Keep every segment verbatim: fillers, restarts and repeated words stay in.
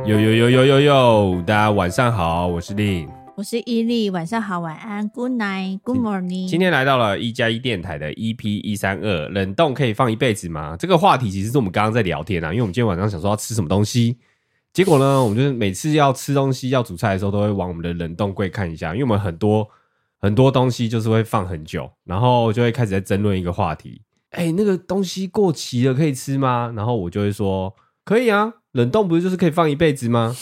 呦呦呦呦呦呦，大家晚上好，我是令， 我是伊利，晚上好，晚安 ，Good night，Good morning。 今天来到了一加一电台的 E P 一三二，冷冻可以放一辈子吗？这个话题其实是我们刚刚在聊天啊，因为我们今天晚上想说要吃什么东西，结果呢，我们就是每次要吃东西要煮菜的时候，都会往我们的冷冻柜看一下，因为我们很多很多东西就是会放很久，然后就会开始在争论一个话题，哎，那个东西过期了可以吃吗？然后我就会说可以啊，冷冻不是就是可以放一辈子吗？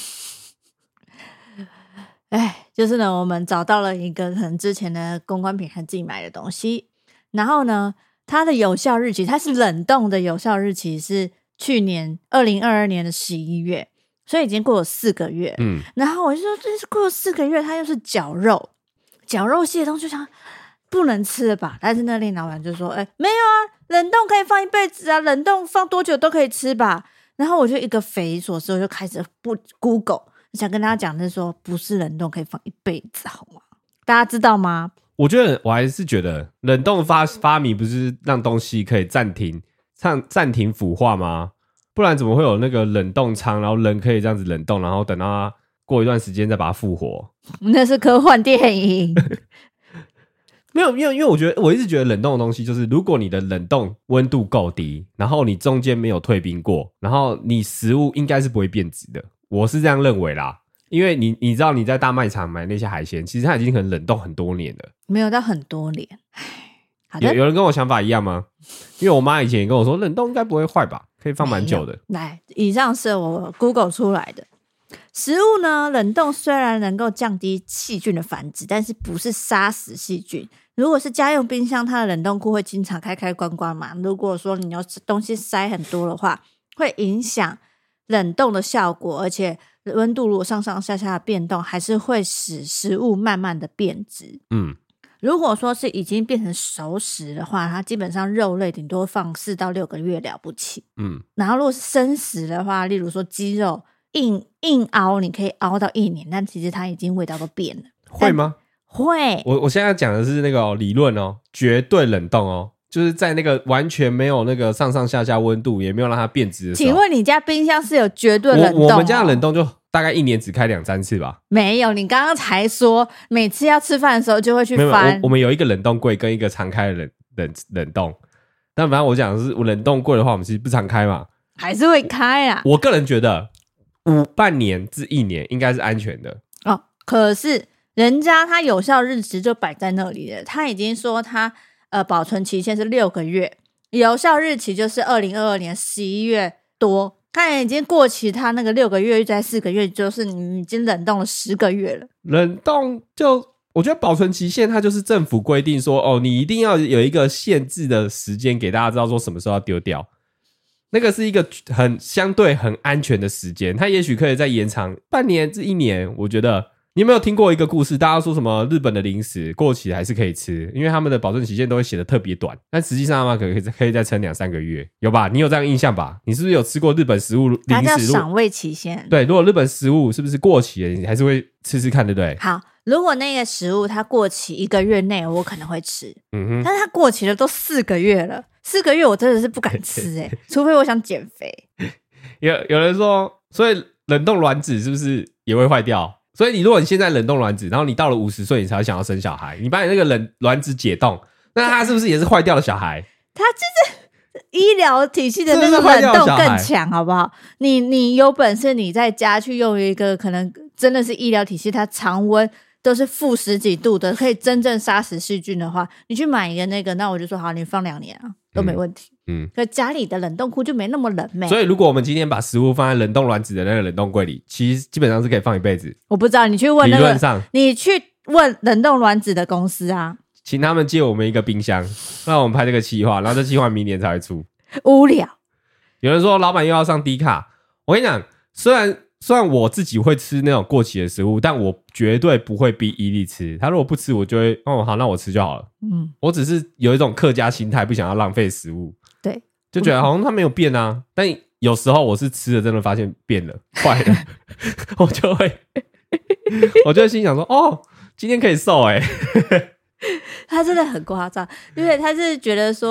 哎，就是呢，我们找到了一个可能之前的公关品牌自己买的东西，然后呢，它的有效日期，它是冷冻的有效日期是去年二零二二年的十一月，所以已经过了四个月。嗯，然后我就说，这是过了四个月，它又是绞肉，绞肉系的东西，就想不能吃了吧？但是那令老板就说，哎，没有啊，冷冻可以放一辈子啊，冷冻放多久都可以吃吧。然后我就一个匪夷所思，我就开始不 Google。想跟大家讲的是说，不是冷冻可以放一辈子，好吗？大家知道吗？ 我觉得我还是觉得冷冻发发明不是让东西可以暂停暂暂停腐化吗？不然怎么会有那个冷冻仓，然后人可以这样子冷冻，然后等到它过一段时间再把它复活？ 那是科幻电影。 没有，因为因为我觉得我一直觉得冷冻的东西就是，如果你的冷冻温度够低，然后你中间没有退冰过，然后你食物应该是不会变质的。我是这样认为啦，因为你你知道你在大卖场买那些海鲜，其实它已经可能冷冻很多年了， 没有到很多年。好的， 有有人跟我想法一样吗？因为我妈以前也跟我说，冷冻应该不会坏吧，可以放蛮久的。 来，以上是我 Google 出来的。食物呢，冷冻虽然能够降低细菌的繁殖，但是不是杀死细菌。如果是家用冰箱，它的冷冻库会经常开开关关嘛。如果说你要东西塞很多的话，会影响冷冻的效果，而且温度如果上上下下的变动，还是会使食物慢慢的变质。嗯，如果说是已经变成熟食的话，它基本上肉类顶多放四到六个月了不起。嗯，然后如果是生食的话，例如说鸡肉硬硬熬，你可以熬到一年，但其实它已经味道都变了。 会吗？ 会。 我我现在讲的是那个、哦、理论哦，绝对冷冻哦。就是在那个完全没有那个上上下下温度，也没有让它变质的时候。 请问你家冰箱是有绝对冷冻、哦、 我, 我们家的冷冻就大概一年只开两三次吧。 没有，你刚刚才说每次要吃饭的时候就会去翻。 没有，我, 我们有一个冷冻柜跟一个常开的 冷, 冷, 冷冻，但反正我讲的是我冷冻柜的话，我们其实不常开嘛， 还是会开啊。 我, 我个人觉得五半年至一年应该是安全的哦。可是人家他有效日期就摆在那里了，他已经说他呃，保存期限是六个月，有效日期就是二零二二年十一月多，它已经过期，它那个六个月在四个月，就是你已经冷冻了十个月了。 冷冻就我觉得保存期限它就是政府规定说，哦，你一定要有一个限制的时间给大家知道说什么时候要丢掉，那个是一个很相对很安全的时间，它也许可以再延长半年至一年。我觉得你有没有听过一个故事，大家说什么日本的零食过期还是可以吃，因为他们的保存期限都会写得特别短，但实际上他们可以可以再撑两三个月，有吧？你有这样印象吧？你是不是有吃过日本食物零食？ 它叫赏味期限。 对，如果日本食物是不是过期了，你还是会吃吃看，对不对？ 好，如果那个食物它过期一个月内，我可能会吃，嗯哼，但是它过期了都四个月了，四个月我真的是不敢吃哎、欸，除非我想减肥。 有有人说，所以冷冻卵子是不是也会坏掉？所以你如果你现在冷冻卵子，然后你到了五十岁你才想要生小孩，你把你那个冷卵子解冻，那他是不是也是坏掉的小孩？ 他就是医疗体系的那个冷冻更强，好不好？你你有本事你在家去用一个可能真的是医疗体系，它常温都是负十几度的，可以真正杀死细菌的话，你去买一个那个，那我就说好，你放两年啊，都没问题。嗯，可家里的冷冻库就没那么冷咩。 所以如果我们今天把食物放在冷冻卵子的那个冷冻柜里，其实基本上是可以放一辈子。 我不知道，你去问那个， 理论上你去问冷冻卵子的公司啊， 请他们借我们一个冰箱，让我们拍这个企划，然后这企划明年才会出。 无聊。 有人说老板又要上 D 卡，我跟你讲，虽然虽然我自己会吃那种过期的食物，但我绝对不会逼伊利吃。他如果不吃，我就会哦好，那我吃就好了。嗯，我只是有一种客家心态，不想要浪费食物。 对， 就觉得好像他没有变啊，但有时候我是吃了真的发现变了坏了我就会我就会心想说哦今天可以瘦欸他真的很夸张，因为他是觉得说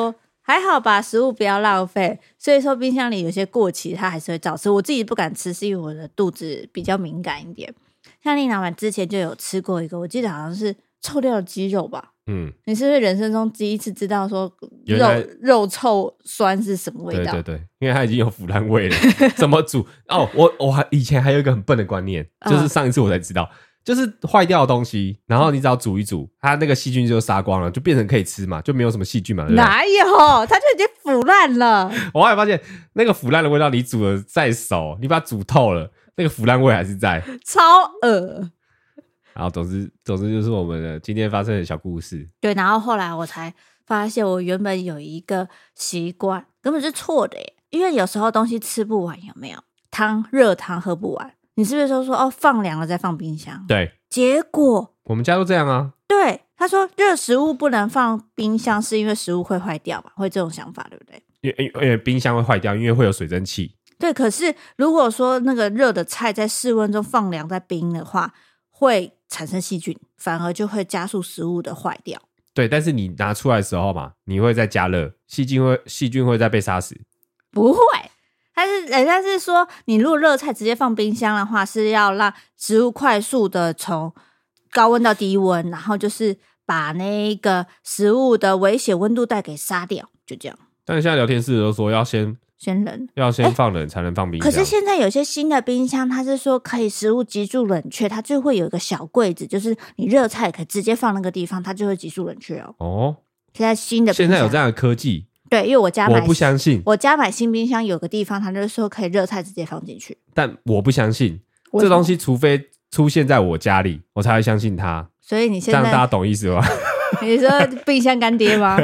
还好吧，食物不要浪费。所以说冰箱里有些过期，它还是会照吃。我自己不敢吃，是因为我的肚子比较敏感一点。像令老板之前就有吃过一个，我记得好像是臭掉的鸡肉吧。嗯，你是不是人生中第一次知道说肉肉臭酸是什么味道？ 对对对，因为它已经有腐烂味了，怎么煮？哦，我我还以前还有一个很笨的观念，就是上一次我才知道，就是坏掉的东西，然后你只要煮一煮，它那个细菌就杀光了，就变成可以吃嘛，就没有什么细菌嘛。对对哪有？它就已经腐烂了。 我后来发现，那个腐烂的味道，你煮的再熟，你把它煮透了，那个腐烂味还是在， 超恶。 然后总之总之就是我们的今天发生的小故事。 对，然后后来我才发现，我原本有一个习惯根本是错的耶，因为有时候东西吃不完，有没有汤热汤喝不完，你是不是说说哦放凉了再放冰箱？ 对， 结果我们家都这样啊。 对，他说热食物不能放冰箱，是因为食物会坏掉吧？会这种想法对不对？ 因为因为冰箱会坏掉，因为会有水蒸气。 对，可是如果说那个热的菜在室温中放凉再冰的话，会产生细菌，反而就会加速食物的坏掉。 对，但是你拿出来的时候嘛，你会再加热，细菌会细菌会再被杀死。 不会，但是人家是说，你如果热菜直接放冰箱的话，是要让食物快速的从高温到低温，然后就是把那个食物的危险温度带给杀掉，就这样。 但是现在聊天室都说要先先冷， 要先放冷才能放冰箱。 可是现在有些新的冰箱，它是说可以食物急速冷却，它就会有一个小柜子，就是你热菜可以直接放那个地方，它就会急速冷却哦。 哦， 现在新的冰箱现在有这样的科技。 对，因为我家买， 我不相信。 我家买新冰箱有个地方，它就是说可以热菜直接放进去， 但我不相信这东西，除非出现在我家里，我才会相信它。 所以你现在这样大家懂意思吗？ 你说冰箱干爹吗？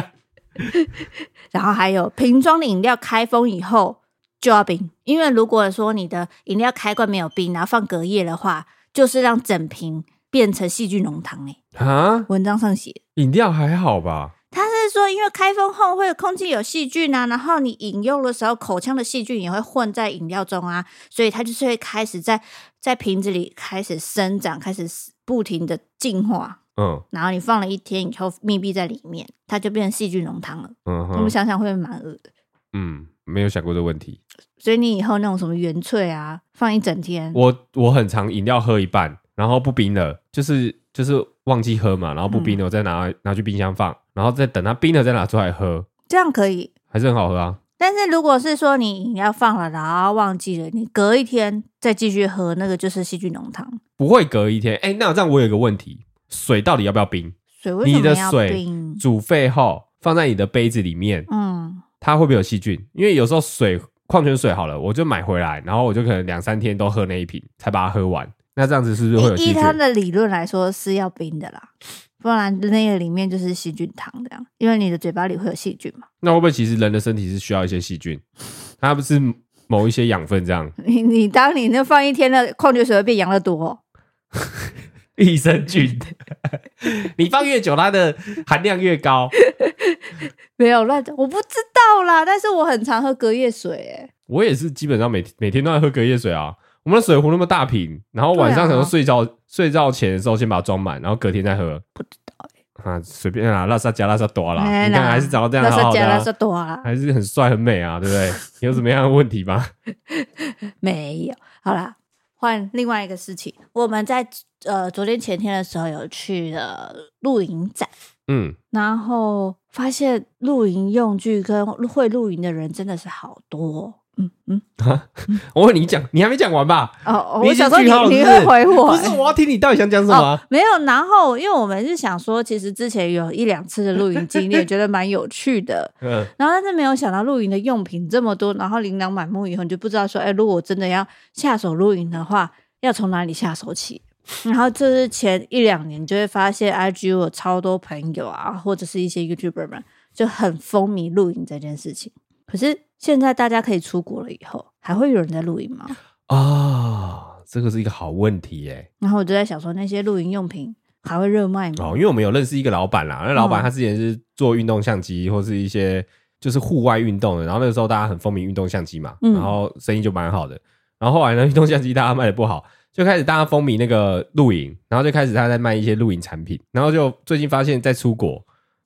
然后还有瓶装的饮料开封以后就要冰，因为如果说你的饮料开罐没有冰，然后放隔夜的话，就是让整瓶变成细菌浓汤哎。啊，文章上写饮料还好吧？ 他是说，因为开封后会有空气有细菌啊，然后你饮用的时候，口腔的细菌也会混在饮料中啊，所以它就是会开始在在瓶子里开始生长，开始不停的进化。嗯，然后你放了一天以后，密闭在里面，它就变成细菌浓汤了。嗯，我们想想会不会蛮恶的？ 嗯，没有想过这个问题。 所以你以后那种什么原萃啊，放一整天， 我我很常饮料喝一半，然后不冰了，就是就是忘记喝嘛，然后不冰了，我再拿拿去冰箱放，然后再等它冰了再拿出来喝， 这样可以， 还是很好喝啊。 但是如果是说你饮料放了，然后忘记了，你隔一天再继续喝，那个就是细菌浓汤。 不会隔一天，哎，那这样我有一个问题，水到底要不要冰？ 水为什么要冰？ 你的水煮沸后放在你的杯子里面，嗯，它会不会有细菌？因为有时候水矿泉水好了，我就买回来，然后我就可能两三天都喝那一瓶，才把它喝完。那这样子是不是会有细菌？ 依它的理论来说是要冰的啦，不然那个里面就是细菌汤这样，因为你的嘴巴里会有细菌嘛。 那会不会其实人的身体是需要一些细菌？它不是某一些养分这样？ 你你当你那放一天的矿泉水会变养乐多、哦， 益生菌，你放越久，它的含量越高。 没有乱讲，我不知道啦，但是我很常喝隔夜水、欸， 我也是基本上每每天都在喝隔夜水啊。我们的水壶那么大瓶，然后晚上可能睡觉、啊、睡觉前的时候先把它装满，然后隔天再喝。 不知道哎、 欸，啊，随便啦，拉萨加拉萨多啦，欸、你看还是长到这样好好的、啊， 拉萨多啦， 还是很帅很美啊，对不对？有什么样的问题吗？ 没有。好啦，换另外一个事情，我们在呃昨天前天的时候有去了露营展，嗯，然后发现露营用具跟会露营的人真的是好多、哦。嗯嗯啊！我问你讲，你还没讲完吧？ 哦，我想说你你会回我、 欸，不是我要听你到底想讲什么、啊哦？没有，然后因为我们是想说，其实之前有一两次的露营经历，觉得蛮有趣的。嗯，然后但是没有想到露营的用品这么多，然后琳琅满目以后，你就不知道说，哎，如果我真的要下手露营的话，要从哪里下手起？然后这是前一两年就会发现 I G 有超多朋友啊，或者是一些 YouTuber 们就很风靡露营这件事情。可是现在大家可以出国了以后，还会有人在露营吗？ 啊、哦，这个是一个好问题耶。 然后我就在想说，那些露营用品还会热卖吗？ 哦，因为我们有认识一个老板啦，那老板他之前是做运动相机或是一些就是户外运动的，然后那个时候大家很风靡运动相机嘛，嗯、然后生意就蛮好的。然后后来呢，运动相机大家卖的不好，就开始大家风靡那个露营，然后就开始他在卖一些露营产品，然后就最近发现在出国，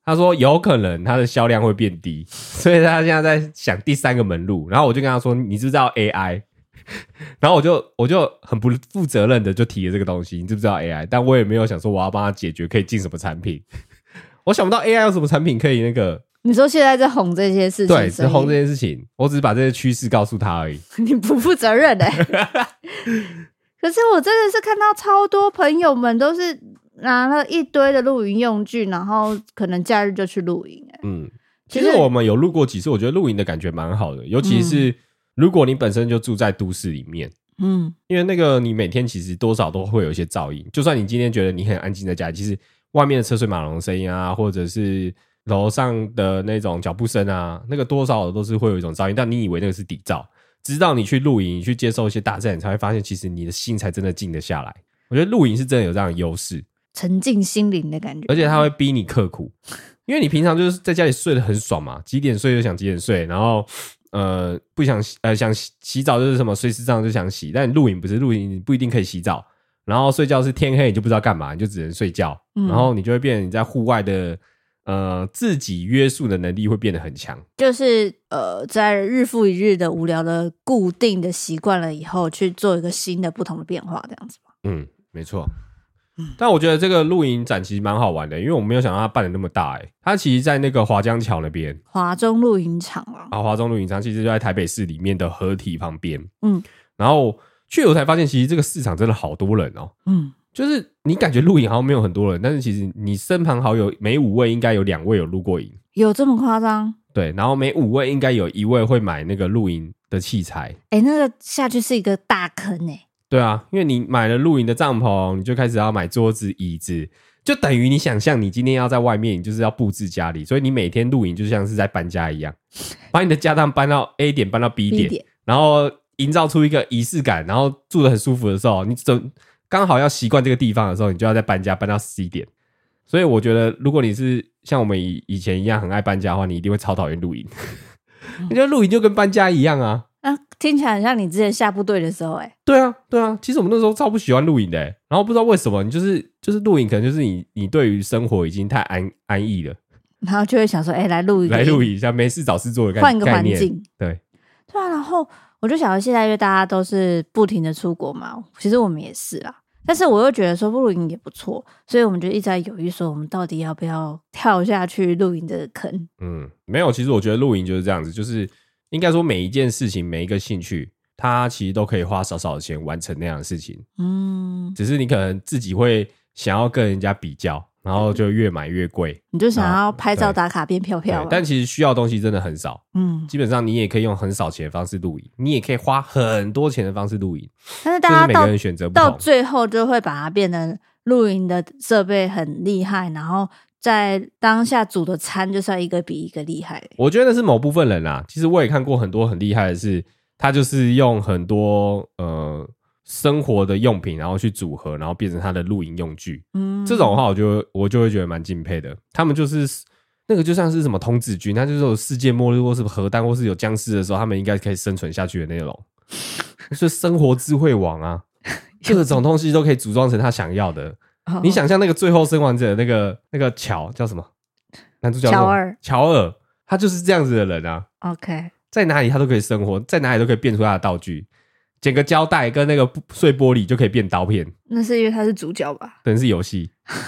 他说有可能他的销量会变低，所以他现在在想第三个门路。然后我就跟他说，你知不知道 A I？ 然后我就我就很不负责任的就提了这个东西，你知不知道 A I？ 但我也没有想说我要帮他解决可以进什么产品。我想不到 A I 有什么产品可以那个。 你说现在在红这些事情， 对，是红这件事情，我只是把这些趋势告诉他而已。 你不负责任欸可是我真的是看到超多朋友们都是拿了一堆的露营用具，然后可能假日就去露营欸。 嗯，其实我们有录过几次，我觉得露营的感觉蛮好的，尤其是如果你本身就住在都市里面。嗯，因为那个你每天其实多少都会有一些噪音，就算你今天觉得你很安静在家里，其实外面的车水马龙的声音啊，或者是楼上的那种脚步声啊，那个多少都是会有一种噪音，但你以为那个是底噪，直到你去露营，你去接受一些大自然，你才会发现其实你的心才真的静得下来。我觉得露营是真的有这样的优势， 沉浸心灵的感觉， 而且它会逼你刻苦，因为你平常就是在家里睡得很爽嘛，几点睡就想几点睡，然后呃不想呃想洗洗澡就是什么随时上就想洗，但你露营不是，露营你不一定可以洗澡，然后睡觉是天黑你就不知道干嘛，你就只能睡觉，嗯、然后你就会变成你在户外的呃自己约束的能力会变得很强， 就是呃在日复一日的无聊的固定的习惯了以后，去做一个新的不同的变化，这样子吧。 嗯，没错。但我觉得这个露营展其实蛮好玩的，因为我没有想到它办的那么大诶。它其实在那个华江桥那边， 华中露营场啊， 啊，华中露营场其实就在台北市里面的河堤旁边。 嗯， 然后去我才发现，其实这个市场真的好多人哦。嗯，就是你感觉露营好像没有很多人，但是其实你身旁好友每五位应该有两位有露过营， 有这么夸张？ 对，然后每五位应该有一位会买那个露营的器材。 哎，那个下去是一个大坑哎。 对啊，因为你买了露营的帐篷，你就开始要买桌子椅子，就等于你想象你今天要在外面，你就是要布置家里，所以你每天露营就像是在搬家一样，把你的家当搬到 A 点搬到 B 点, B 点然后营造出一个仪式感，然后住得很舒服的时候，你刚好要习惯这个地方的时候，你就要再搬家搬到 C 点。所以我觉得如果你是像我们以前一样很爱搬家的话，你一定会超讨厌露营。你觉得露营就跟搬家一样啊， 啊，听起来很像你之前下部队的时候欸。 对啊对啊，其实我们那时候超不喜欢露营的欸，然后不知道为什么你就是就是露营可能就是你你对于生活已经太安安逸了， 然后就会想说哎、欸，来露营来露营一下，没事找事做的概念， 换个环境。 对对啊，然后我就想到现在因为大家都是不停的出国嘛，其实我们也是啦，但是我又觉得说露营也不错，所以我们就一直在犹豫说我们到底要不要跳下去露营这个坑。 嗯，没有，其实我觉得露营就是这样子，就是应该说每一件事情每一个兴趣它其实都可以花少少的钱完成那样的事情，嗯，只是你可能自己会想要跟人家比较，然后就越买越贵， 你就想要拍照打卡变漂漂， 但其实需要的东西真的很少，嗯，基本上你也可以用很少钱的方式露营，你也可以花很多钱的方式露营， 但是大家到、 就是、每个人选择不同， 到最后就会把它变成露营的设备很厉害，然后在当下煮的餐就是要一个比一个厉害。 我觉得那是某部分人啦，其实我也看过很多很厉害的是他就是用很多呃生活的用品然后去组合，然后变成他的露营用具，嗯，这种的话我就我就会觉得蛮敬佩的。他们就是那个就像是什么童子军，他就是有世界末日或是核弹或是有僵尸的时候他们应该可以生存下去的那种，就是生活智慧网啊，各种东西都可以组装成他想要的。哦、你想象那个最后生还者那个那个乔叫什么男主角乔尔， 乔尔他就是这样子的人啊。 OK， 在哪里他都可以生活，在哪里都可以变出他的道具，剪个胶带跟那个碎玻璃就可以变刀片。 那是因为他是主角吧？ 可能是游戏。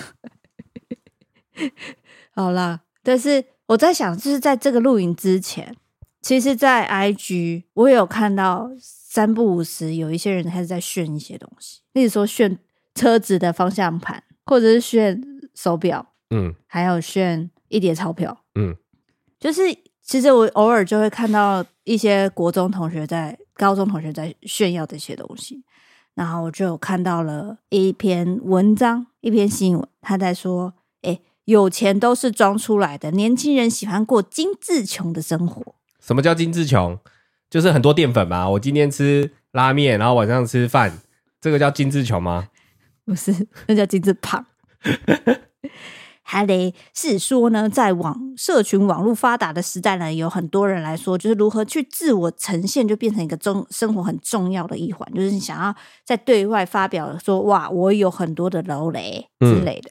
好啦，但是我在想就是在这个露营之前，其实在 I G 我有看到三不五时有一些人开始在炫一些东西，例如说炫车子的方向盘，或者是炫手表，嗯，还有炫一叠钞票，嗯，就是其实我偶尔就会看到一些国中同学在高中同学在炫耀这些东西，然后我就有看到了一篇文章一篇新闻，他在说诶，有钱都是装出来的，年轻人喜欢过精致穷的生活。 什么叫精致穷？就是很多淀粉嘛，我今天吃拉面然后晚上吃饭，这个叫精致穷吗？ 不是，那叫精致胖。还得是说呢，在网社群网络发达的时代呢，有很多人来说就是如何去自我呈现就变成一个中生活很重要的一环，就是你想要在对外发表说哇我有很多的楼雷之类的、嗯、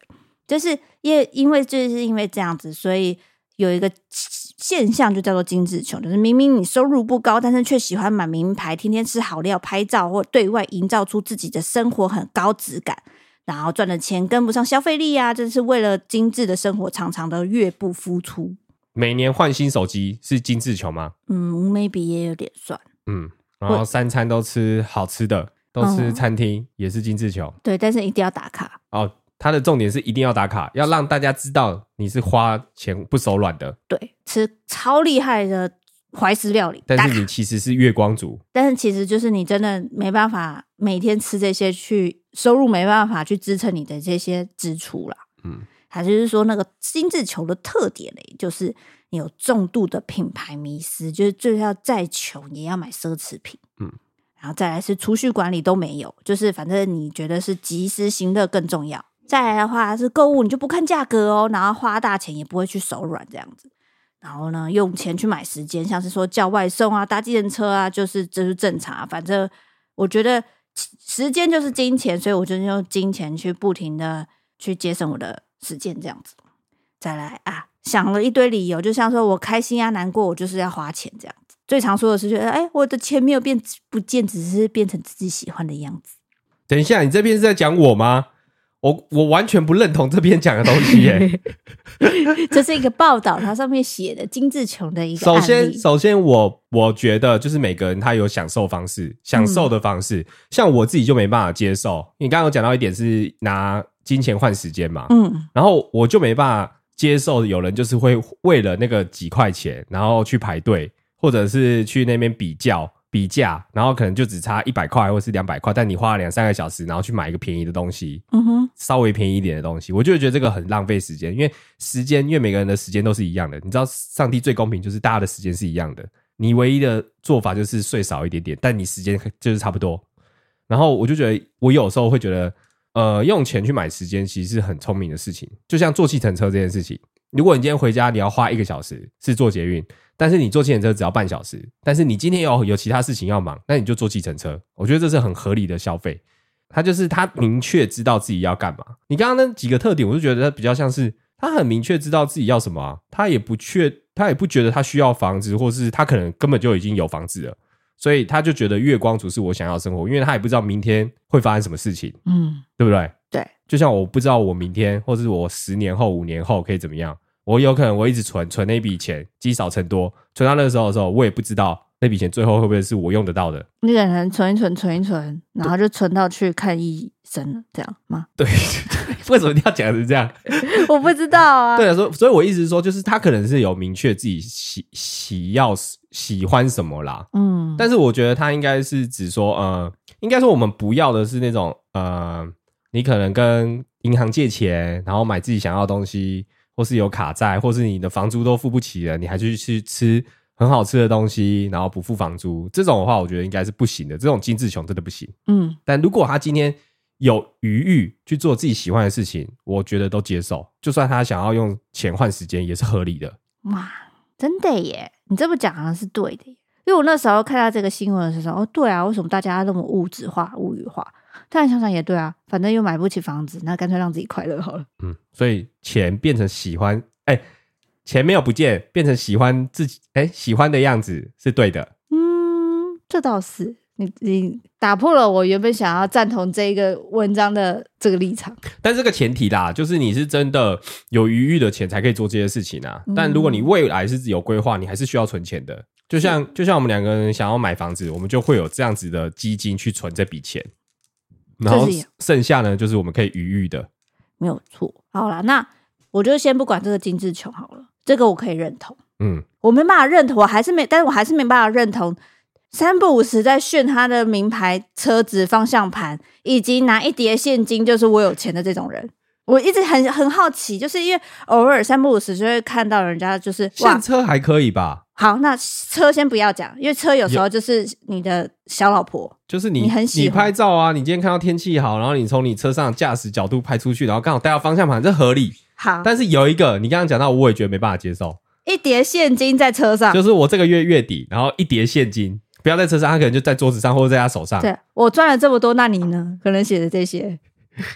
就是因因为就是因为这样子，所以有一个现象就叫做精致穷，就是明明你收入不高，但是却喜欢买名牌，天天吃好料，拍照或对外营造出自己的生活很高质感，然后赚的钱跟不上消费力啊，这是为了精致的生活常常的越不敷出。 每年换新手机是精致穷吗？ 嗯 maybe 也有点算。 嗯，然后三餐都吃好吃的，都吃餐厅、嗯、也是精致穷。 对，但是一定要打卡哦。它的重点是一定要打卡，要让大家知道你是花钱不手软的。 对，吃超厉害的怀石料理， 但是你其实是月光族。 但是其实就是你真的没办法每天吃这些，去收入没办法去支撑你的这些支出啦。嗯，还就是说那个精致穷的特点嘞，就是你有重度的品牌迷思，就是就要再穷也要买奢侈品。嗯，然后再来是储蓄管理都没有，就是反正你觉得是及时行乐更重要。再来的话是购物，你就不看价格哦，然后花大钱也不会去手软这样子。然后呢，用钱去买时间，像是说叫外送啊、搭计程车啊，就是这是正常啊。反正我觉得时间就是金钱，所以我就用金钱去不停的去节省我的时间这样子。再来啊，想了一堆理由，就像说我开心啊、难过，我就是要花钱这样子。最常说的是觉得，哎，我的钱没有变不见，只是变成自己喜欢的样子。 等一下，你这边是在讲我吗？我我完全不认同这边讲的东西耶。 这是一个报道，它上面写的精致穷的一个案例。 首先，首先我我觉得就是每个人他有享受方式，享受的方式。嗯、像我自己就没办法接受。你刚刚有讲到一点是拿金钱换时间嘛，嗯，然后我就没办法接受有人就是会为了那个几块钱，然后去排队，或者是去那边比较。比价，然后可能就只差一百块或是两百块，但你花了两三个小时，然后去买一个便宜的东西，嗯哼，稍微便宜一点的东西，我就觉得这个很浪费时间，因为时间，因为每个人的时间都是一样的，你知道上帝最公平就是大家的时间是一样的，你唯一的做法就是睡少一点点，但你时间就是差不多。然后我就觉得，我有时候会觉得，呃，用钱去买时间其实是很聪明的事情，就像坐计程车这件事情。如果你今天回家你要花一个小时是坐捷运，但是你坐计程车只要半小时，但是你今天有有其他事情要忙，那你就坐计程车，我觉得这是很合理的消费。他就是他明确知道自己要干嘛。你刚刚那几个特点我就觉得他比较像是他很明确知道自己要什么啊，他也不确他也不觉得他需要房子，或是他可能根本就已经有房子了，所以他就觉得月光族是我想要的生活，因为他也不知道明天会发生什么事情，嗯，对不对？ 对， 就像我不知道我明天或是我十年后五年后可以怎么样，我有可能我一直存存那笔钱，积少成多，存到那个时候的时候，我也不知道那笔钱最后会不会是我用得到的。 你可能存一存存一存，然后就存到去看医生了，这样吗？ 对，为什么一定要讲的是这样？ 我不知道啊。 对啊，所以所以我意思是说，就是他可能是有明确自己喜喜要喜欢什么啦，嗯，但是我觉得他应该是指说，呃，应该说我们不要的是那种，呃，你可能跟银行借钱，然后买自己想要的东西。或是有卡债，或是你的房租都付不起了，你还去去吃很好吃的东西，然后不付房租，这种的话我觉得应该是不行的，这种精致穷真的不行。嗯，但如果他今天有余裕去做自己喜欢的事情，我觉得都接受，就算他想要用钱换时间也是合理的。 哇，真的耶，你这么讲好像是对的耶，因为我那时候看到这个新闻的时候，哦，对啊，为什么大家那么物质化物欲化，但想想也对啊，反正又买不起房子，那干脆让自己快乐好了。 嗯，所以钱变成喜欢，哎，钱没有不见，变成喜欢自己，哎，喜欢的样子是对的。 嗯，这倒是，你你打破了我原本想要赞同这个文章的这个立场。 但这个前提啦，就是你是真的有余裕的钱才可以做这些事情啊。嗯、但如果你未来是有规划，你还是需要存钱的。就像就像我们两个人想要买房子，我们就会有这样子的基金去存这笔钱。然后剩下呢，就是我们可以余裕的， 没有错。好啦，那我就先不管这个精致穷好了，这个我可以认同。嗯，我没办法认同，我还是没，但是我还是没办法认同三不五时在炫他的名牌车子、方向盘，以及拿一叠现金就是我有钱的这种人。我一直很很好奇，就是因为偶尔三不五时就会看到人家就是现车还可以吧。 好，那车先不要讲，因为车有时候就是你的小老婆， 就是你你很喜欢你拍照啊，你今天看到天气好，然后你从你车上驾驶角度拍出去，然后刚好带到方向盘，这合理。 好， 但是有一个你刚刚讲到，我也觉得没办法接受， 一叠现金在车上， 就是我这个月月底，然后一叠现金不要在车上，他可能就在桌子上或者在他手上。 对，我赚了这么多，那你呢？可能写的这些。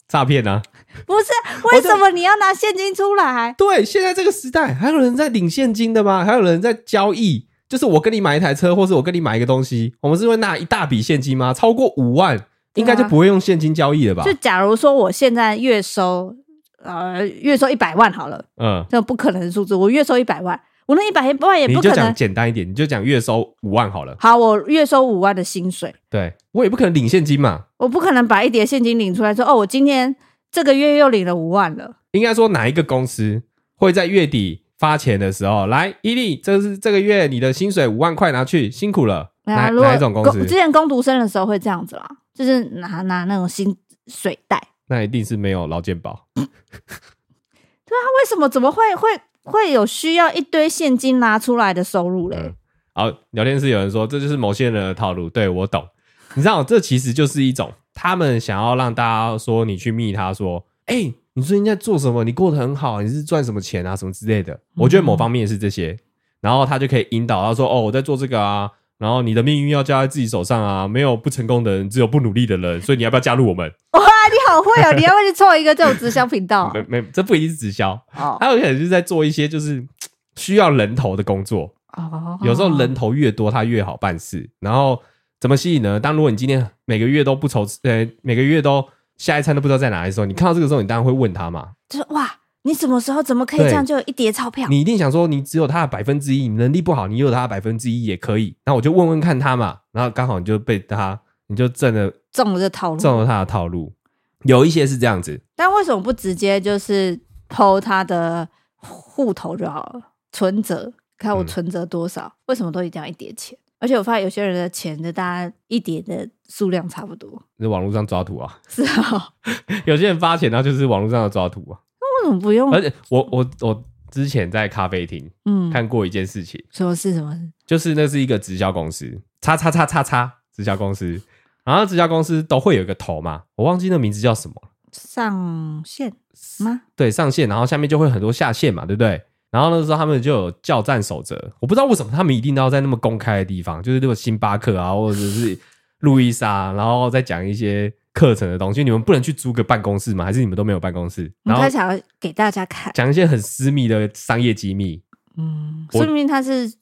诈骗啊。 不是，为什么你要拿现金出来？ 对，现在这个时代还有人在领现金的吗？还有人在交易？就是我跟你买一台车，或是我跟你买一个东西，我们是会拿一大笔现金吗？超过五万，应该就不会用现金交易了吧？ 就假如说我现在月收，呃，月收一百万好了，嗯，这不可能的数字。我月收一百万，我那一百万也不可能。 你就讲简单一点，你就讲月收五万好了。 好，我月收五万的薪水， 对我也不可能领现金嘛， 我不可能把一叠现金领出来说，哦，我今天这个月又领了五万了。 应该说哪一个公司会在月底发钱的时候，来，伊利，这是这个月你的薪水五万块拿去，辛苦了。哪哪一种公司？ 之前工读生的时候会这样子啦，就是拿拿那种薪水袋。 那一定是没有劳健保。 对啊，为什么怎么会会会有需要一堆现金拿出来的收入嘞？ 嗯，好，聊天室有人说这就是某些人的套路，对，我懂。你知道，这其实就是一种他们想要让大家说你去密他说，哎、欸，你最近在做什么？你过得很好，你是赚什么钱啊？什么之类的。我觉得某方面是这些，然后他就可以引导他说，哦，我在做这个啊，然后你的命运要交在自己手上啊，没有不成功的人，只有不努力的人，所以你要不要加入我们？ 哇，你好会哦！你要不要去创一个这种直销频道？ 没没，这不一定是直销，哦，还有可能就是在做一些就是需要人头的工作。哦，有时候人头越多，他越好办事。然后怎么吸引呢？当如果你今天每个月都不愁，呃，每个月都下一餐都不知道在哪里的时候，你看到这个时候，你当然会问他嘛， 就是哇，你什么时候怎么可以这样就有一叠钞票？ 你一定想说，你只有他的百分之一，你能力不好，你有他的百分之一也可以。然后我就问问看他嘛，然后刚好你就被他，你就中了中了这套路， 中了他的套路。有一些是这样子， 但为什么不直接就是 po 他的户头就好了，存折，看我存折多少？嗯、为什么都一定要一叠钱？而且我发现有些人的钱的大家一叠的数量差不多， 是网络上抓图啊？ 是啊、哦， 有些人发钱，然后就是网络上的抓图啊。 那为什么不用？ 而且我我我之前在咖啡厅，嗯，看过一件事情， 什么事？什么事？ 就是那是一个直销公司，叉叉叉叉叉直销公司。然后直销公司都会有一个头嘛，我忘记那名字叫什么， 上线吗？ 对，上线，然后下面就会很多下线嘛，对不对？然后那时候他们就有教战守则，我不知道为什么他们一定都要在那么公开的地方，就是那个星巴克啊，或者是路易莎，然后再讲一些课程的东西。你们不能去租个办公室吗？还是你们都没有办公室？然后他想要给大家看， 讲一些很私密的商业机密。 嗯，说明他是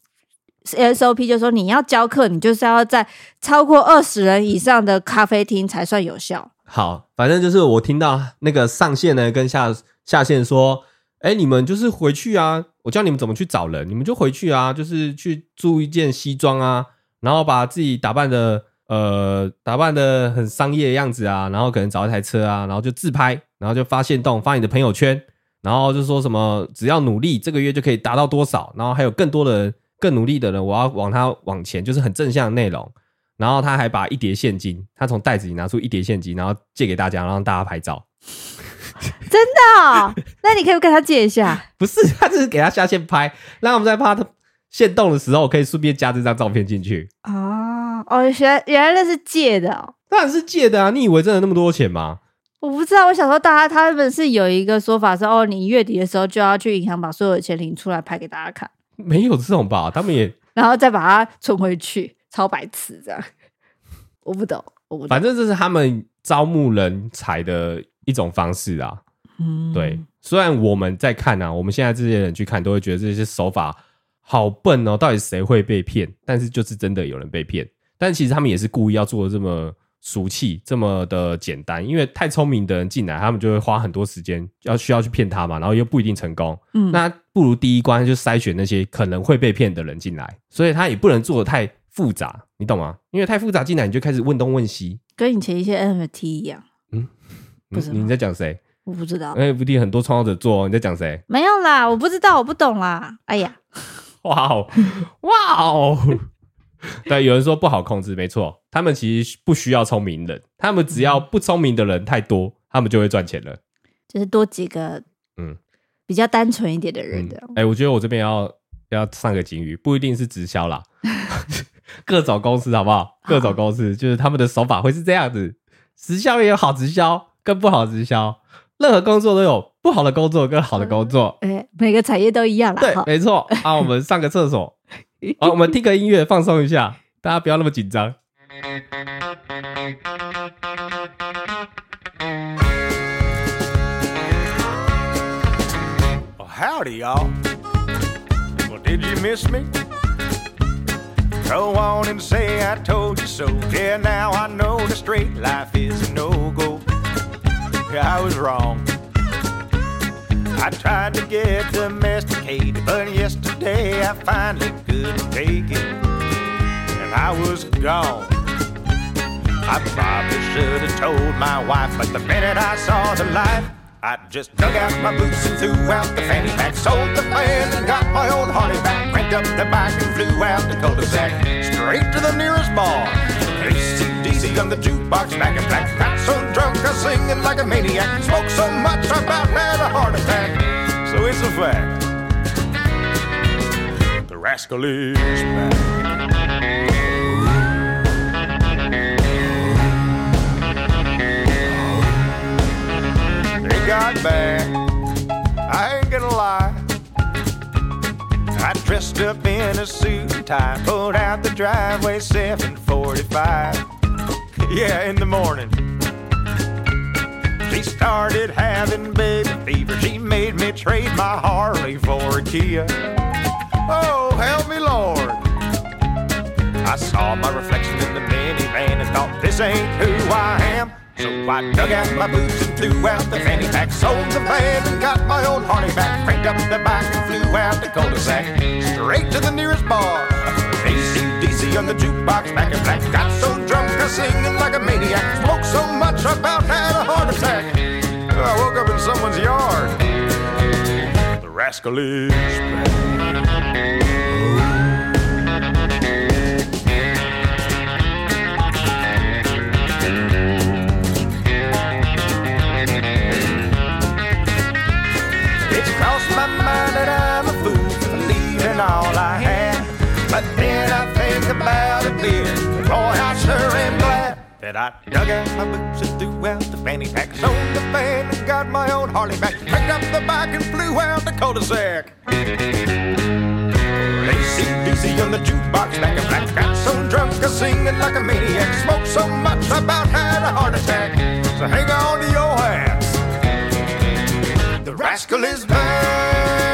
S O P， 就是说你要教课，你就是要在超过二十人以上的咖啡厅才算有效。 好，反正就是我听到那个上线呢跟下下线说，哎，你们就是回去啊，我教你们怎么去找人，你们就回去啊，就是去租一件西装啊，然后把自己打扮的呃打扮的很商业的样子啊，然后可能找一台车啊，然后就自拍，然后就发限动，发你的朋友圈，然后就说什么只要努力，这个月就可以达到多少，然后还有更多的人更努力的人，我要往他往前，就是很正向的内容。然后他还把一叠现金，他从袋子里拿出一叠现金，然后借给大家，让大家拍照。 真的、哦？那你可以跟他借一下？ 不是，他只是给他下线拍，让我们在拍他限动的时候，可以顺便加这张照片进去。 哦哦，原来原来那是借的哦。 当然是借的啊！你以为真的那么多钱吗？ 我不知道，我想说大家他们是有一个说法是哦，你月底的时候就要去银行把所有的钱领出来拍给大家看。 没有这种吧？他们也然后再把它存回去，超白痴这样。我不懂，我不懂。 反正这是他们招募人才的一种方式啊。嗯，对。虽然我们在看啊，我们现在这些人去看，都会觉得这些手法好笨哦，到底谁会被骗？但是就是真的有人被骗。但其实他们也是故意要做的这么俗气，这么的简单，因为太聪明的人进来，他们就会花很多时间要需要去骗他嘛，然后又不一定成功。嗯，那不如第一关就筛选那些可能会被骗的人进来，所以他也不能做得太复杂，你懂吗？因为太复杂进来，你就开始问东问西， 跟以前一些 N F T 一样。嗯， 不是你在讲谁？ 我不知道 N F T 很多创作者做，你在讲谁？ 没有啦，我不知道，我不懂啦。哎呀， 哇哦，哇哦！对，有人说不好控制，没错，他们其实不需要聪明人，他们只要不聪明的人太多，他们就会赚钱了。 就是多几个嗯比较单纯一点的人的。哎、 嗯欸，我觉得我这边要要上个警语，不一定是直销啦，各种公司好不好？各种公司就是他们的手法会是这样子，直销也有好直销跟不好直销，任何工作都有不好的工作跟好的工作。 哎、欸，每个产业都一样啦。 对，没错。啊，我们上个厕所。好，我们听个音乐放松一下，大家不要那么紧张。 howdy, y'all. Well, did you miss me? Go on and say I told you so. Yeah, now I know the straight life is a no-go. Yeah, I was wrong. I tried to get domesticated, but yesterday I finally couldn't take it, and I was gone. I probably should have told my wife, but the minute I saw the light, I just dug out my boots and threw out the fanny pack, sold the fan and got my old Harley back, cranked up the bike and flew out the cul-de-sac, straight to the nearest bar. A C D C on the jukebox, back in black. Got so drunk I was singing like a maniac, smoked so much I about had a heart attack. So it's a fact, the rascal is back. Got back, I ain't gonna lie. I dressed up in a suit and tie, pulled out the driveway seven forty-five. Yeah, in the morning. She started having baby fever. She made me trade my Harley for a Kia. Oh, help me, Lord. I saw my reflection in the minivan and thought, this ain't who I am. So I dug out my boots and threw out the fanny pack, sold the van and got my old Harley back, cranked up the bike and flew out the cul-de-sac, straight to the nearest bar. A C D C on the jukebox, back in black. Got so drunk I was singing like a maniac, smoked so much I about had a heart attack. I woke up in someone's yard. The rascal is back. My mind that I'm a fool for leaving all I had, but then I think about it, dear. Boy, I sure am glad that I dug out my boots and threw out the fanny pack, sold the fan and got my old Harley back, picked up the bike and flew out the cul-de-sac. A C D C on the jukebox, back in black. Got so drunk I was singing like a maniac, smoked so much I about had a heart attack. So hang on to your hats, the rascal is back.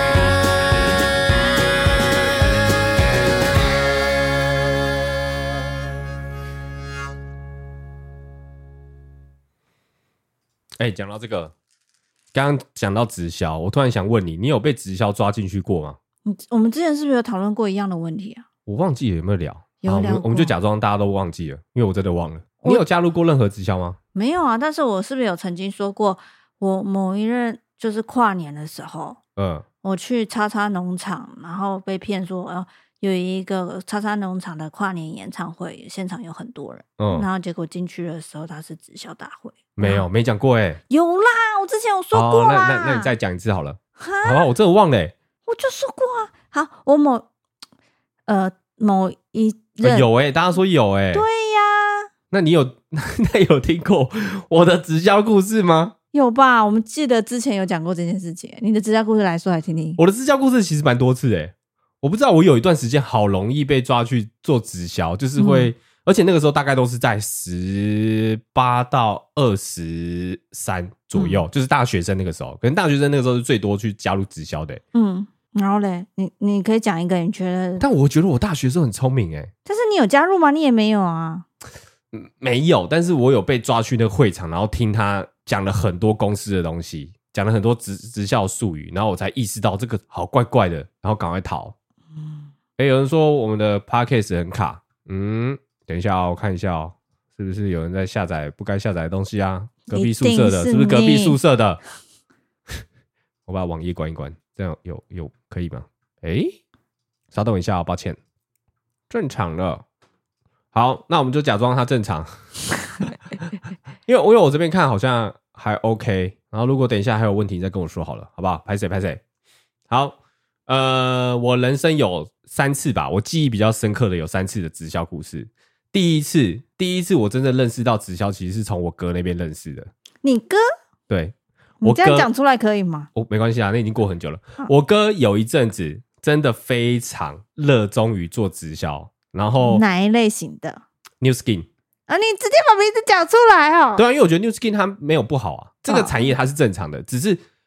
哎、欸，讲到这个，刚刚讲到直销，我突然想问你，你有被直销抓进去过吗？ 我们之前是不是有讨论过一样的问题啊？ 我忘记了有没有聊， 有聊过， 我们我们就假装大家都忘记了，因为我真的忘了。你有加入过任何直销吗？ 没有啊，但是我是不是有曾经说过，我某一任就是跨年的时候，嗯，我去叉叉农场，然后被骗说，呃，有一个叉叉农场的跨年演唱会，现场有很多人，嗯，然后结果进去的时候，它是直销大会。 没有，没讲过哎、欸。 有啦，我之前有说过啦。 哦、那那那你再讲一次好了，好吧？我真的忘了、欸。 我就说过啊。好，我某呃某一任、 呃、有哎、欸，大家说有哎、欸。 对呀。 那你有那有听过我的直销故事吗？ 有吧？我们记得之前有讲过这件事情。你的直销故事来说来听听。 我的直销故事其实蛮多次哎、欸，我不知道我有一段时间好容易被抓去做直销，就是会。嗯，而且那个时候大概都是在十八到二十三左右、嗯、就是大学生那个时候，可能大学生那个时候是最多去加入直销的、欸、 嗯，然后嘞，你你可以讲一个你觉得， 但我觉得我大学时候很聪明欸。 但是你有加入吗？你也没有啊。 嗯，没有，但是我有被抓去那个会场，然后听他讲了很多公司的东西，讲了很多直直销术语，然后我才意识到这个好怪怪的，然后赶快逃。嗯，欸，有人说我们的 podcast 很卡，嗯，等一下哦，我看一下哦，是不是有人在下载不该下载的东西啊？隔壁宿舍的， 是, 是不是隔壁宿舍的？我把网页关一关，这样有有可以吗？诶，稍等一下哦，抱歉，正常了。好，那我们就假装它正常，因为因为我这边看好像还 OK， 然后如果等一下还有问题，你再跟我说好了，好不好？拍谁拍谁。好，呃，我人生有三次吧，我记忆比较深刻的有三次的直销故事。第一次，第一次我真的认识到直销，其实是从我哥那边认识的。 你哥？ 对， 你这样讲出来可以吗？ 我没关系啊，那已经过很久了。我哥有一阵子真的非常热衷于做直销，然后哪一类型的 ？New Skin 啊，你直接把名字讲出来哦。 对啊，因为我觉得 New Skin 它没有不好啊，这个产业它是正常的，只是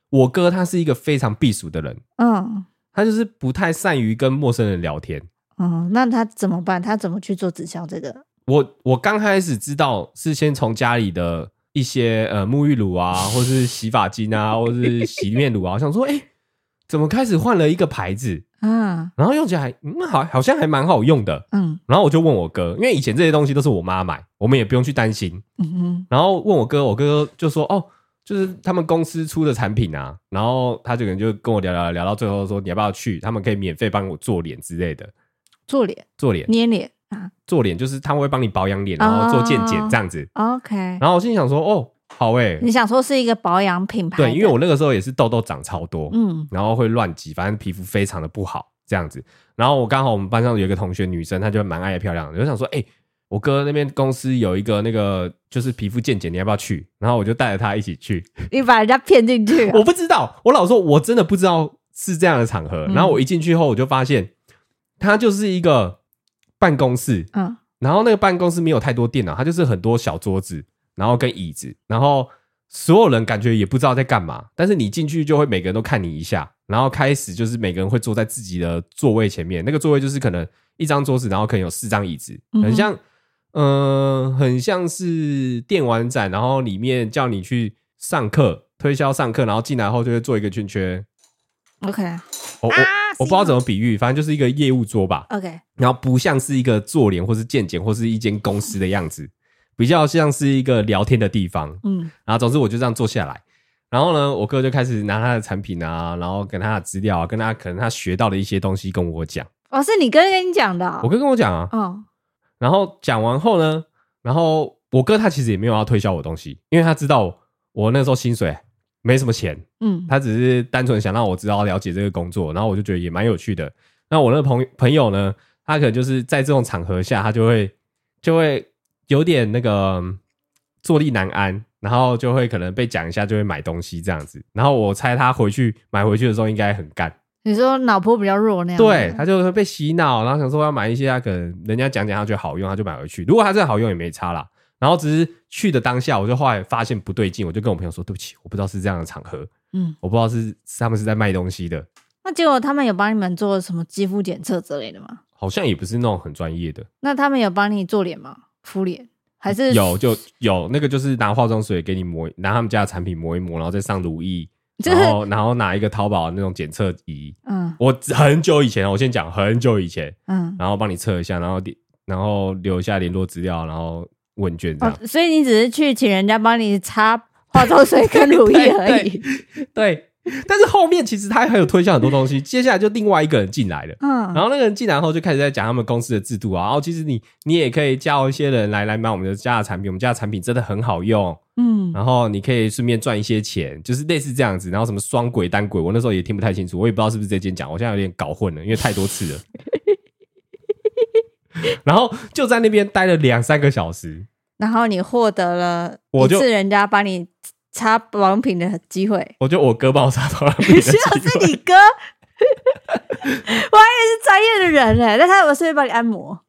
我哥他是一个非常避暑的人， 嗯他就是不太善于跟陌生人聊天。 嗯，那他怎么办？他怎么去做直销这个？ 我我刚开始知道是先从家里的一些呃沐浴乳啊，或是洗发精啊，或是洗面乳啊，我想说，哎、欸，怎么开始换了一个牌子？ 啊， 然后用起来，嗯，好，好像还蛮好用的。 嗯， 然后我就问我哥，因为以前这些东西都是我妈买，我们也不用去担心。 嗯哼， 然后问我哥，我哥就说，哦，就是他们公司出的产品啊。然后他就可能就跟我聊聊聊到最后说，你要不要去？他们可以免费帮我做脸之类的。 做脸、 做脸、 捏脸啊， 做脸就是他们会帮你保养脸，然后做健检这样子。 哦、OK。 然后我心里想说，哦，好诶、欸， 你想说是一个保养品牌？ 对，因为我那个时候也是痘痘长超多， 嗯， 然后会乱挤，反正皮肤非常的不好这样子。然后我刚好我们班上有一个同学女生，她就蛮爱漂亮的，我就想说，哎、欸，我哥那边公司有一个那个就是皮肤健检，你要不要去？然后我就带着她一起去。 你把人家骗进去、啊？ 我不知道，我老说我真的不知道是这样的场合。 嗯、 然后我一进去后，我就发现它就是一个办公室，嗯，然后那个办公室没有太多电脑，它就是很多小桌子，然后跟椅子，然后所有人感觉也不知道在干嘛，但是你进去就会每个人都看你一下，然后开始就是每个人会坐在自己的座位前面，那个座位就是可能一张桌子，然后可能有四张椅子，很像，嗯、呃，很像是电玩展，然后里面叫你去上课，推销上课，然后进来后就会做一个圈圈。 OK， 我我、啊、我不知道怎么比喻，反正就是一个业务桌吧。 OK， 然后不像是一个做脸或是健检或是一间公司的样子，比较像是一个聊天的地方。嗯，然后总之我就这样坐下来，然后呢，我哥就开始拿他的产品啊，然后跟他的资料啊，跟他可能他学到的一些东西跟我讲。 哦，是你哥跟你讲的、哦？ 我哥跟我讲啊。哦。然后讲完后呢，然后我哥他其实也没有要推销我东西，因为他知道我那时候薪水没什么钱，嗯，他只是单纯想让我知道了解这个工作，然后我就觉得也蛮有趣的。那我那个朋朋友呢，他可能就是在这种场合下，他就会就会有点那个坐立难安，然后就会可能被讲一下就会买东西这样子。然后我猜他回去买回去的时候应该很干。 你说脑波比较弱那样？ 对，他就会被洗脑，然后想说要买一些他可能人家讲讲他觉得好用，他就买回去。如果他真的好用也没差啦。然后只是去的当下，我就后来发现不对劲，我就跟我朋友说：“对不起，我不知道是这样的场合，嗯，我不知道是他们是在卖东西的。” 那结果他们有帮你们做什么肌肤检测之类的吗？ 好像也不是那种很专业的。 那他们有帮你做脸吗？敷脸还是有就有那个就是拿化妆水给你抹，拿他们家的产品抹一抹，然后再上乳液，然后然后拿一个淘宝那种检测仪，嗯，我很久以前，我先讲很久以前，嗯，然后帮你测一下，然后然后留一下联络资料，然后。问卷这样、 哦，所以你只是去请人家帮你擦化妆水跟乳液而已。 对, 对，但是后面其实他还有推销很多东西。接下来就另外一个人进来了，嗯，然后那个人进来后就开始在讲他们公司的制度啊。然后其实你你也可以叫一些人来来买我们的家的产品，我们家的产品真的很好用，嗯，然后你可以顺便赚一些钱，就是类似这样子。然后什么双轨单轨，我那时候也听不太清楚，我也不知道是不是这间讲，我现在有点搞混了，因为太多次了。然后就在那边待了两三个小时， 然后你获得了一次人家帮你擦保养品的机会。 我就我哥帮我擦保养品的机会。 是你哥？我还以为是专业的人嘞，那他有没有顺便帮你按摩？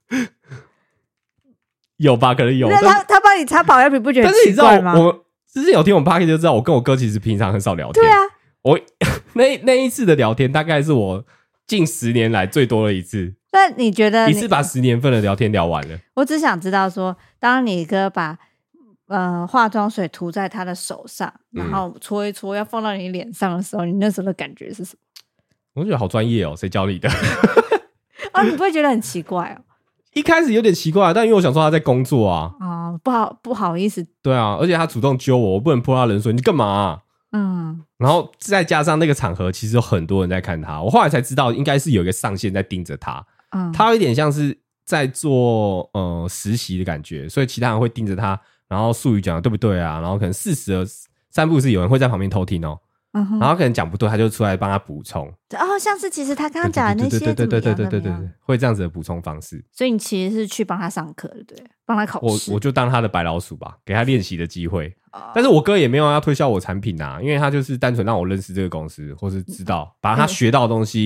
有吧，可能有。 那他他帮你擦保养品，不觉得奇怪吗？ 但是你知道，我之前有听我们 Podcast 就知道，我跟我哥其实平常很少聊天。 对啊， 我那那一次的聊天，大概是我近十年来最多的一次。 那你觉得一次把十年份的聊天聊完了？ 我只想知道说，当你哥把呃化妆水涂在他的手上，然后搓一搓，要放到你脸上的时候，你那时候的感觉是什么？ 我觉得好专业哦，谁教你的？ 哦，你不会觉得很奇怪哦？ 一开始有点奇怪，但因为我想说他在工作啊， 哦，不好不好意思。 对啊，而且他主动揪我，我不能泼他冷水，你干嘛啊？嗯，然后再加上那个场合，其实有很多人在看他，我后来才知道，应该是有一个上线在盯着他。嗯，他有一点像是在做呃实习的感觉，所以其他人会盯着他，然后术语讲的对不对啊？然后可能四十而三不是有人会在旁边偷听哦，嗯、然后可能讲不对，他就出来帮他补充。 哦，像是其实他刚刚讲的那些， 对对对对对对对对对，会这样子的补充方式。 所以你其实是去帮他上课，对不对？帮他考试。 我我就当他的白老鼠吧，给他练习的机会。哦、但是我哥也没有要推销我产品啊，因为他就是单纯让我认识这个公司，或是知道把他学到的东西。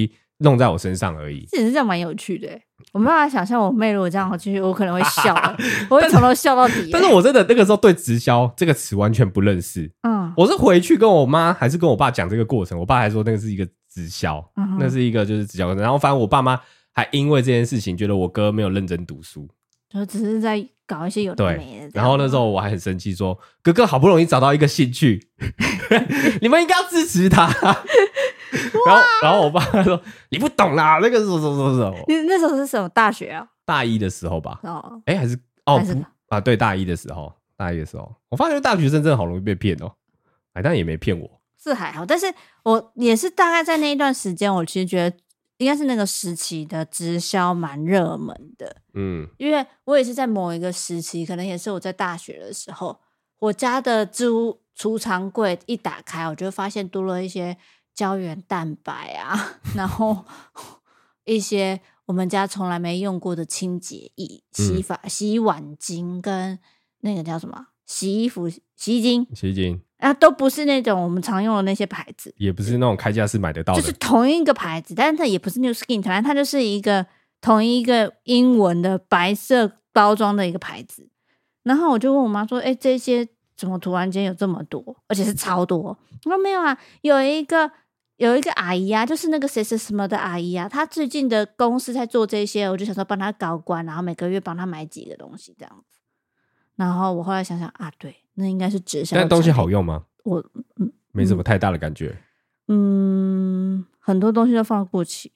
弄在我身上而已。 其实这样蛮有趣的，我没办法想象我妹如果这样继续，我可能会笑了，我会从头笑到底。 但是我真的那个时候对直销这个词完全不认识。嗯，我是回去跟我妈还是跟我爸讲这个过程，我爸还说那个是一个直销，嗯、那是一个就是直销过程。然后反正我爸妈还因为这件事情觉得我哥没有认真读书， 就只是在搞一些有的没的。 然后那时候我还很生气说，哥哥好不容易找到一个兴趣，你们应该要支持他。然后，然后我爸说：“你不懂啦，那个是什么什么什么。” 你那时候是什么大学啊？ 大一的时候吧。 哦， 哎，还是哦还是啊，对，大一的时候，大一的时候，我发觉大学生真的好容易被骗哦。哎，但也没骗我， 是还好。但是我也是大概在那一段时间，我其实觉得应该是那个时期的直销蛮热门的。嗯，因为我也是在某一个时期，可能也是我在大学的时候，我家的置物储藏柜一打开，我就发现多了一些胶原蛋白啊，然后一些我们家从来没用过的清洁液、洗发、嗯、洗碗巾跟那个叫什么洗衣服、洗衣精、 洗衣精啊，都不是那种我们常用的那些牌子， 也不是那种开架式买得到的， 就是同一个牌子，但是它也不是 New Skin， 反正它就是一个同一个英文的白色包装的一个牌子。然后我就问我妈说：“哎、欸，这些怎么突然间有这么多，而且是超多？”我说：“没有啊，有一个。”有一个阿姨啊，就是那个谁谁什么的阿姨啊，她最近的公司在做这些，我就想说帮她搞关，然后每个月帮她买几个东西这样子。然后我后来想想啊，对，那应该是直销。 但东西好用吗？ 我嗯没什么太大的感觉。 嗯，很多东西都放到过期。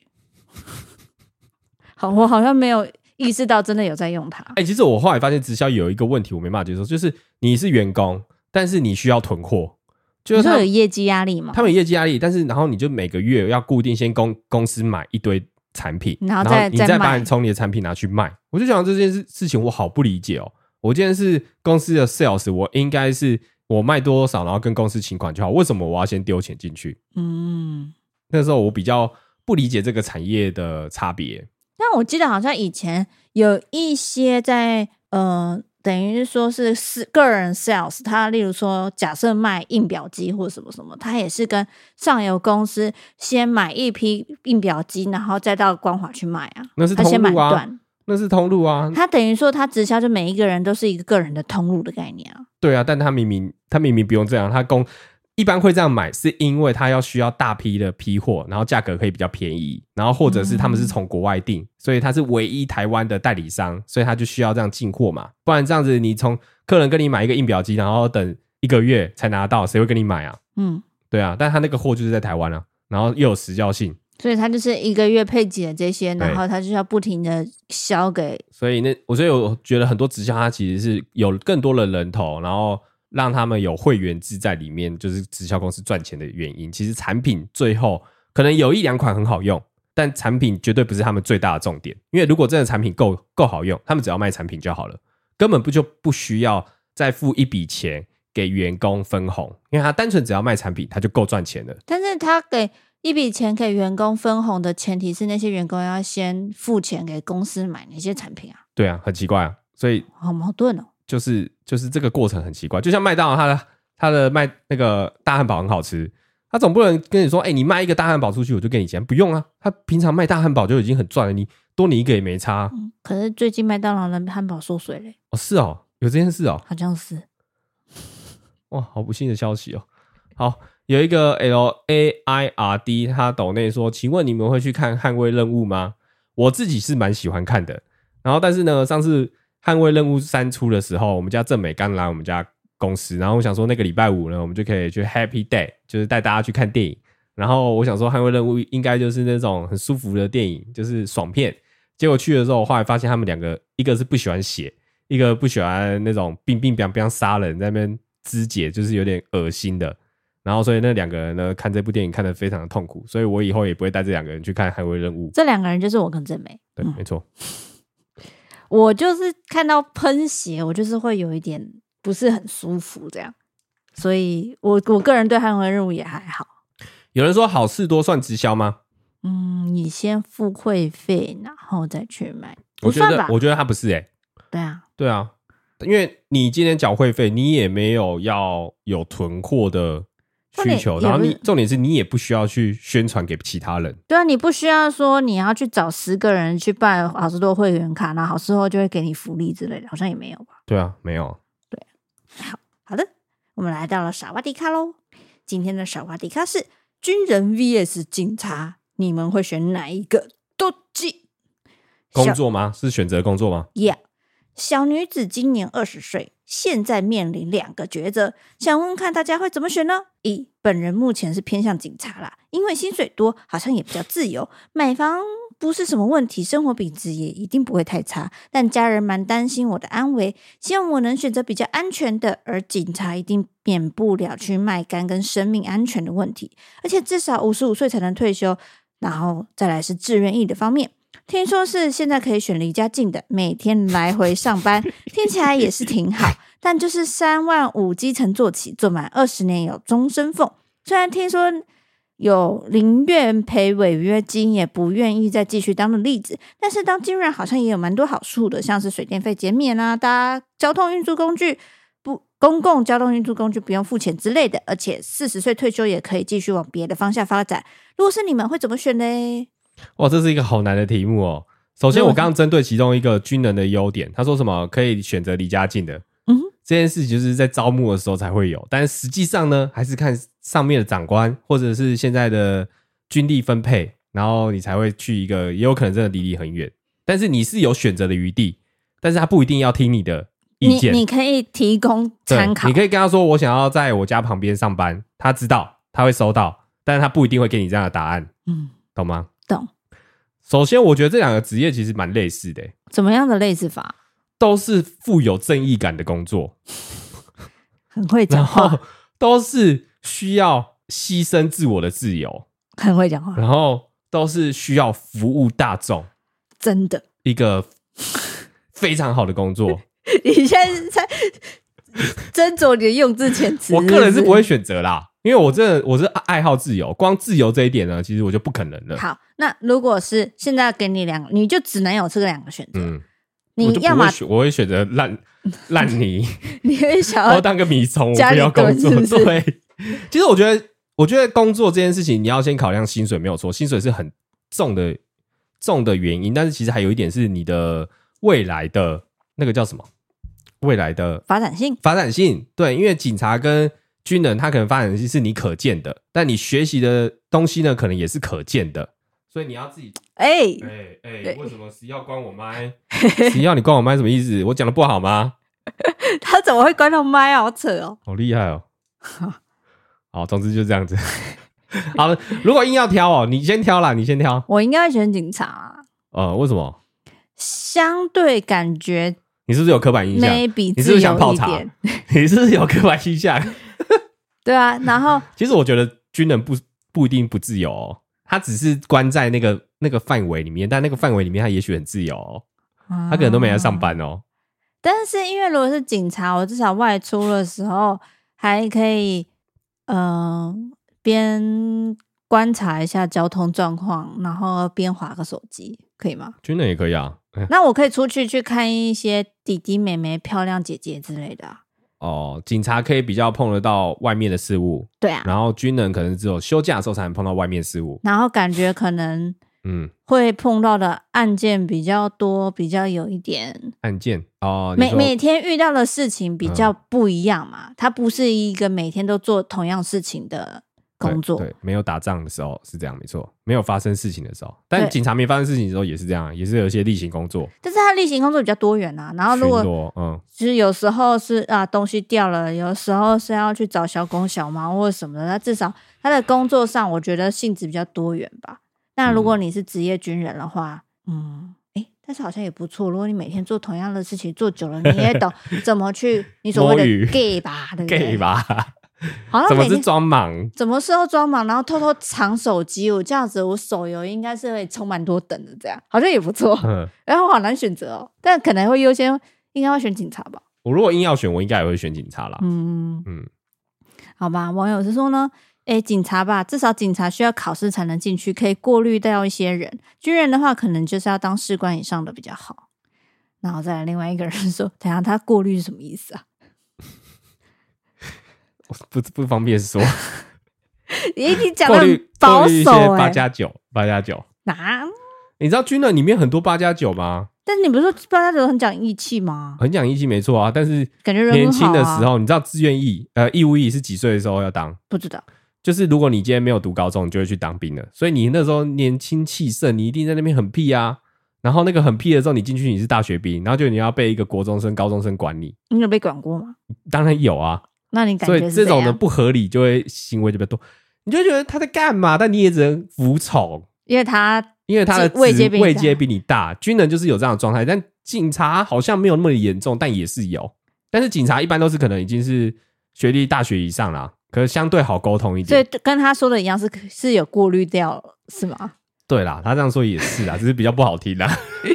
好，我好像没有意识到真的有在用它。 哎、欸，其实我后来发现直销有一个问题，我没办法接受，就是你是员工，但是你需要囤货。 就是他有业绩压力吗？ 他们有业绩压力，但是然后你就每个月要固定先公公司买一堆产品， 然后再然后你再把你从你的产品拿去卖。我就想这件事事情我好不理解哦。我今天是公司的 sales， 我应该是我卖多少，然后跟公司请款就好。为什么我要先丢钱进去？嗯，那时候我比较不理解这个产业的差别。 但我记得好像以前有一些在呃。等于说是是个人 sales， 他例如说假设卖印表机或什么什么，他也是跟上游公司先买一批印表机，然后再到光华去卖啊。 那是通路啊，那是通路啊。 他等于说他直销就每一个人都是一个个人的通路的概念啊。 对啊，但他明明他明明不用这样，他公一般会这样买，是因为他要需要大批的批货，然后价格可以比较便宜，然后或者是他们是从国外订、嗯，所以他是唯一台湾的代理商，所以他就需要这样进货嘛，不然这样子你从客人跟你买一个印表机，然后等一个月才拿到，谁会跟你买啊？嗯，对啊，但他那个货就是在台湾啊，然后又有时效性， 所以他就是一个月配给的这些，然后他就要不停的销给， 所以那我所以我觉得很多直销它其实是有更多的人头，然后让他们有会员制在里面，就是直销公司赚钱的原因。其实产品最后可能有一两款很好用，但产品绝对不是他们最大的重点。因为如果真的产品够够好用，他们只要卖产品就好了，根本不就不需要再付一笔钱给员工分红，因为他单纯只要卖产品，他就够赚钱了。 但是他给一笔钱给员工分红的前提是那些员工要先付钱给公司买那些产品啊。 对啊，很奇怪啊，所以好矛盾哦。 就是就是这个过程很奇怪，就像麦当劳，它的它的卖那个大汉堡很好吃，他总不能跟你说，哎、欸，你卖一个大汉堡出去，我就给你钱，不用啊，他平常卖大汉堡就已经很赚了，你多你一个也没差、啊嗯。可是最近麦当劳的汉堡缩水嘞。 哦，是哦，有这件事哦， 好像是。 哇，好不幸的消息哦。好，有一个 L A I R D， 他抖内说，请问你们会去看《捍卫任务》吗？我自己是蛮喜欢看的，然后但是呢，上次捍卫任务三出的时候，我们家正美刚来我们家公司，然后我想说那个礼拜五呢，我们就可以去 Happy Day， 就是带大家去看电影。然后我想说捍卫任务应该就是那种很舒服的电影，就是爽片。结果去的时候，我后来发现他们两个，一个是不喜欢血，一个不喜欢那种冰冰冰冰杀人在那边肢解，就是有点恶心的。然后所以那两个人呢，看这部电影看得非常的痛苦，所以我以后也不会带这两个人去看捍卫任务。 这两个人就是我跟正美。 对， 嗯、 没错。 我就是看到喷血，我就是会有一点不是很舒服这样，所以我我个人对捍卫任务也还好。 有人说好事多算直销吗？ 嗯，你先付会费，然后再去买， 我觉得我觉得他不是欸。 对啊， 对啊，因为你今天缴会费，你也没有要有囤货的需求，然后你重点是你也不需要去宣传给其他人。 对啊，你不需要说你要去找十个人去办好事多会员卡，然后好事多就会给你福利之类的，好像也没有吧？ 对啊，没有。 对，好好的，我们来到了傻瓜迪卡咯。今天的傻瓜迪卡是军人 V S 警察，你们会选哪一个？都记工作吗？是选择工作吗 ？Yeah， 小女子今年二十岁，现在面临两个抉择，想问问看大家会怎么选呢？一，本人目前是偏向警察啦，因为薪水多，好像也比较自由，买房不是什么问题，生活品质也一定不会太差，但家人蛮担心我的安危，希望我能选择比较安全的，而警察一定免不了去卖肝跟生命安全的问题，而且至少五十五岁才能退休，然后再来是志愿役的方面，听说是现在可以选离家近的，每天来回上班，听起来也是挺好，但就是三万五基层做起，做满二十年有终身俸。虽然听说有宁愿赔违约金也不愿意再继续当的例子，但是当军人好像也有蛮多好处的，像是水电费减免啊，搭交通运输工具不公共交通运输工具不用付钱之类的，而且四十岁退休也可以继续往别的方向发展。如果是你们会怎么选呢？ 哇，这是一个好难的题目哦。首先我刚刚针对其中一个军人的优点，他说什么可以选择离家近的，嗯，这件事就是在招募的时候才会有，但实际上呢还是看上面的长官或者是现在的军力分配，然后你才会去一个也有可能真的离你很远，但是你是有选择的余地，但是他不一定要听你的意见， 你, 你可以提供参考， 你可以跟他说我想要在我家旁边上班，他知道他会收到，但是他不一定会给你这样的答案，嗯，懂吗？ 懂。 首先我觉得这两个职业其实蛮类似的。 怎么样的类似法？ 都是富有正义感的工作， 很会讲话， 然后都是需要牺牲自我的自由， 很会讲话， 然后都是需要服务大众， 真的一个非常好的工作。 你现在在斟酌你的用字遣词， 我个人是不会选择啦，因为我真的我是爱好自由，光自由这一点呢，其实我就不可能了。 好，那如果是现在给你两个，你就只能有这个两个选择。嗯， 你要么我会选择烂烂泥， 你会想要当个米虫，我不要工作。是是对，其实我觉得，我觉得工作这件事情，你要先考量薪水没有错，薪水是很重的重的原因，但是其实还有一点是你的未来的那个叫什么？未来的发展性， 发展性，对，因为警察跟军人，他可能发展性是你可见的，但你学习的东西呢，可能也是可见的，所以你要自己。 哎哎哎，为什么谁要关我麦？谁要你关我麦什么意思？我讲的不好吗？ 他怎么会关到麦啊？好扯哦， 好厉害哦！好，总之就是这样子。好了，如果硬要挑哦，你先挑啦，你先挑。 我应该会选警察啊。 呃，为什么？ 相对感觉。 你是不是有刻板印象？ maybe 你是不是想泡茶？你是不是有刻板印象？ 对啊，然后其实我觉得军人不不一定不自由哦，他只是关在那个那个范围里面，但那个范围里面他也许很自由哦，他可能都没来上班哦。 但是因为如果是警察，我至少外出的时候还可以，呃，边观察一下交通状况，然后边滑个手机，可以吗？ 军人也可以啊。 那我可以出去去看一些弟弟妹妹、漂亮姐姐之类的啊。 哦，警察可以比较碰得到外面的事物， 对啊。 然后军人可能只有休假的时候才能碰到外面事物， 然后感觉可能嗯会碰到的案件比较多，比较有一点案件哦， 每每天遇到的事情比较不一样嘛，它不是一个每天都做同样事情的工作。 对, 对，没有打仗的时候是这样，没错，没有发生事情的时候，但警察没发生事情的时候也是这样，也是有一些例行工作， 但是他例行工作比较多元啊。然后如果嗯，就是有时候是啊东西掉了，有时候是要去找小狗小猫或者什么的，那至少他的工作上我觉得性质比较多元吧。那如果你是职业军人的话，嗯，哎、嗯，但是好像也不错。如果你每天做同样的事情做久了，你也懂怎么去你所谓的 gay 吧，对不对 ？gay 吧。 好像怎么是装忙？ 怎么是要装忙？然后偷偷藏手机，我这样子，我手游应该是会充蛮多等的，这样好像也不错。嗯，然后好难选择哦，但可能会优先，应该会选警察吧。 我如果硬要选，我应该也会选警察啦。嗯嗯，好吧。网友是说呢，哎，警察吧，至少警察需要考试才能进去，可以过滤掉一些人。军人的话，可能就是要当士官以上的比较好。然后再来另外一个人说，等一下他过滤是什么意思啊？ 不不方便说， 你你讲的过滤保过滤一些守哎、 八加九八加九。 哪？ 你知道军人里面很多八加九吗？ 但是你不是说八加九很讲义气吗？ 很讲义气没错啊，但是感觉人很好啊年轻的时候，你知道志愿役呃义务役是几岁的时候要当？ 不知道。 就是如果你今天没有读高中，你就会去当兵了。所以你那时候年轻气盛，你一定在那边很屁啊。然后那个很屁的时候，你进去你是大学兵，然后就你要被一个国中生、高中生管你。 你有被管过吗？ 当然有啊。 那你感所以这觉是怎样？ 种的不合理就会行为就比较多，你就觉得他在干嘛？但你也只能服从， 因为他因为他的位阶比你大位阶比你大。军人就是有这样的状态，但警察好像没有那么严重，但也是有。但是警察一般都是可能已经是学历大学以上啦，可是相对好沟通一点。 所以跟他说的一样是是有过滤掉是吗？ 对啦，他这样说也是啦，只是比较不好听啦。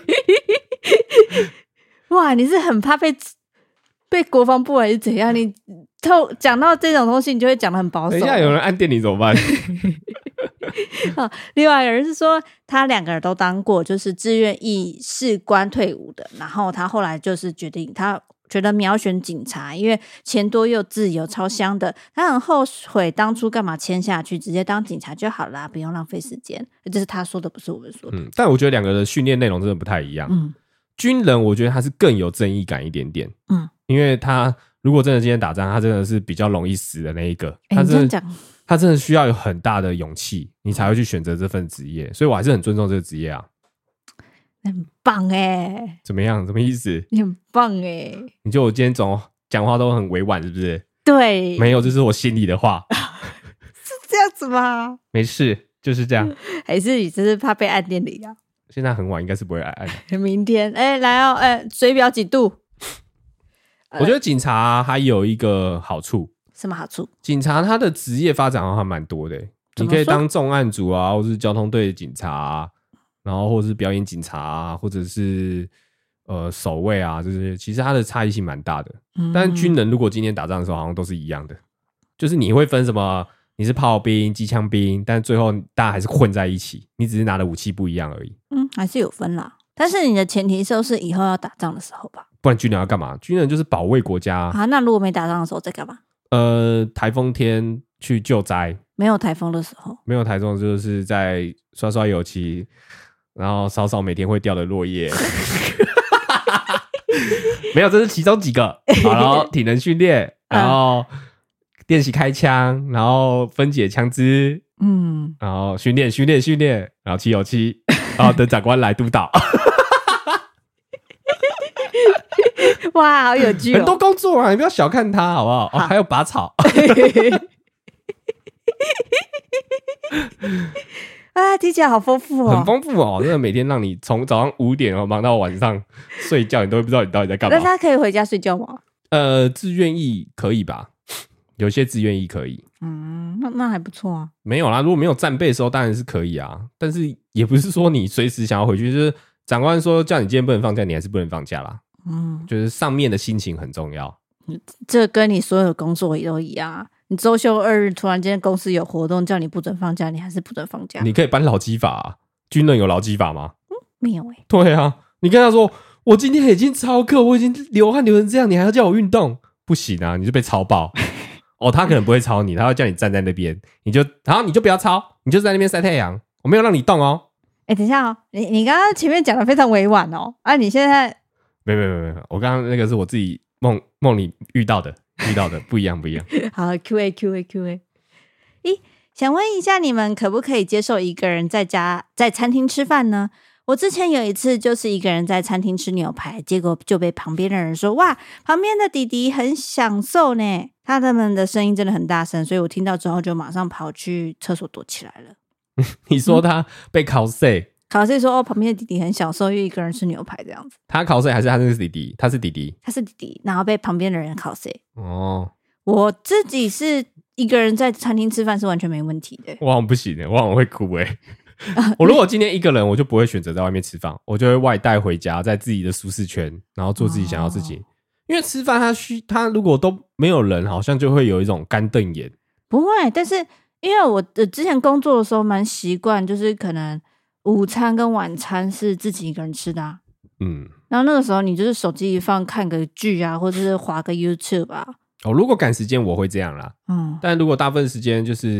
哇，你是很怕被被国防部还是怎样？你透讲到这种东西，你就会讲得很保守。 等一下有人按电铃怎么办？ 哦，另外有人是说他两个人都当过，就是志愿役士官退伍的，然后他后来就是决定他。觉得秒选警察，因为钱多又自由，超香的。他很后悔当初干嘛签下去，直接当警察就好啦，不用浪费时间。这是他说的，不是我们说的。 嗯，但我觉得两个的训练内容真的不太一样。 嗯， 军人我觉得他是更有正义感一点点。 嗯， 因为他如果真的今天打仗，他真的是比较容易死的那一个。 欸、 他真的你这样讲， 他真的需要有很大的勇气，你才会去选择这份职业。所以我还是很尊重这个职业啊。 很棒哎， 怎么样？什么意思？ 你很棒哎！ 你觉得我今天总讲话都很委婉，是不是？ 对， 没有，这是我心里的话。 是这样子吗？ 没事，就是这样。 还是你只是怕被按电铃啊？ 现在很晚，应该是不会按。 明天，哎、欸，来哦，哎、欸，水表几度？ 我觉得警察还有一个好处。 什么好处？ 警察他的职业发展好像还蛮多的，你可以当重案组啊，或是交通队警察啊。然后或者是表演警察啊，或者是呃守卫啊，就是其实它的差异性蛮大的。嗯、但是军人如果今天打仗的时候，好像都是一样的，就是你会分什么，你是炮兵、机枪兵，但最后大家还是混在一起，你只是拿的武器不一样而已。 嗯，还是有分啦。但是你的前提就是以后要打仗的时候吧？ 不然军人要干嘛？军人就是保卫国家啊。那如果没打仗的时候在干嘛？ 呃，台风天去救灾。 没有台风的时候， 没有台风就是在刷刷油漆。然后扫扫每天会掉的落叶，没有，这是其中几个。好，然后体能训练，然后练习开枪，然后分解枪支，嗯，然后训练训练训练，然后漆油漆，然后等长官来督导。 哇，好有趣、哦！ 很多工作啊，你不要小看它，好不好？好哦、还有拔草。 啊，听起来好丰富哦， 很丰富哦，真的每天让你从早上五点哦忙到晚上睡觉，你都会不知道你到底在干嘛。 那他可以回家睡觉吗？ 呃，自愿役可以吧？有些自愿役可以。 嗯，那那还不错啊。 没有啦，如果没有战备的时候，当然是可以啊。但是也不是说你随时想要回去，就是长官说叫你今天不能放假，你还是不能放假啦。嗯，就是上面的心情很重要。 这跟你所有的工作也都一样啊。你周休二日，突然间公司有活动叫你不准放假，你还是不准放假。 你可以颁劳基法啊，军人有劳基法吗？ 嗯，没有诶、欸。 对啊，你跟他说我今天已经超课，我已经流汗流成这样，你还要叫我运动，不行啊，你就被超爆。哦，他可能不会超你，他会叫你站在那边，你就好，你就不要超，你就在那边晒太阳，我没有让你动哦。 哎、欸，等一下哦，你你刚刚前面讲的非常委婉哦，啊，你现在没没没没，我刚刚那个是我自己梦梦里遇到的。遇到的不一样不一样。 好 Q A Q A Q A。 咦，想问一下你们可不可以接受一个人在家在餐厅吃饭呢？我之前有一次就是一个人在餐厅吃牛排，结果就被旁边的人说，哇，旁边的弟弟很享受呢，他们的声音真的很大声，所以我听到之后就马上跑去厕所躲起来了。 你说他被考试？ 考试说哦，旁边的弟弟很享受，因为一个人吃牛排这样子。 他考试还是他是弟弟？他是弟弟， 他是弟弟，然后被旁边的人考试。 哦， 我自己是一个人在餐厅吃饭是完全没问题的。 我好像不行耶，我好像会哭哎。我如果今天一个人，我就不会选择在外面吃饭，我就会外带回家，在自己的舒适圈，然后做自己想要的事情。哦、因为吃饭他需他如果都没有人，好像就会有一种干瞪眼。 不会，但是因为我之前工作的时候蛮习惯，就是可能。午餐跟晚餐是自己一个人吃的啊，嗯，然后那个时候你就是手机一放看个剧啊，或者是滑个 YouTube 啊。 哦，如果赶时间我会这样啦，嗯，但如果大部分时间就是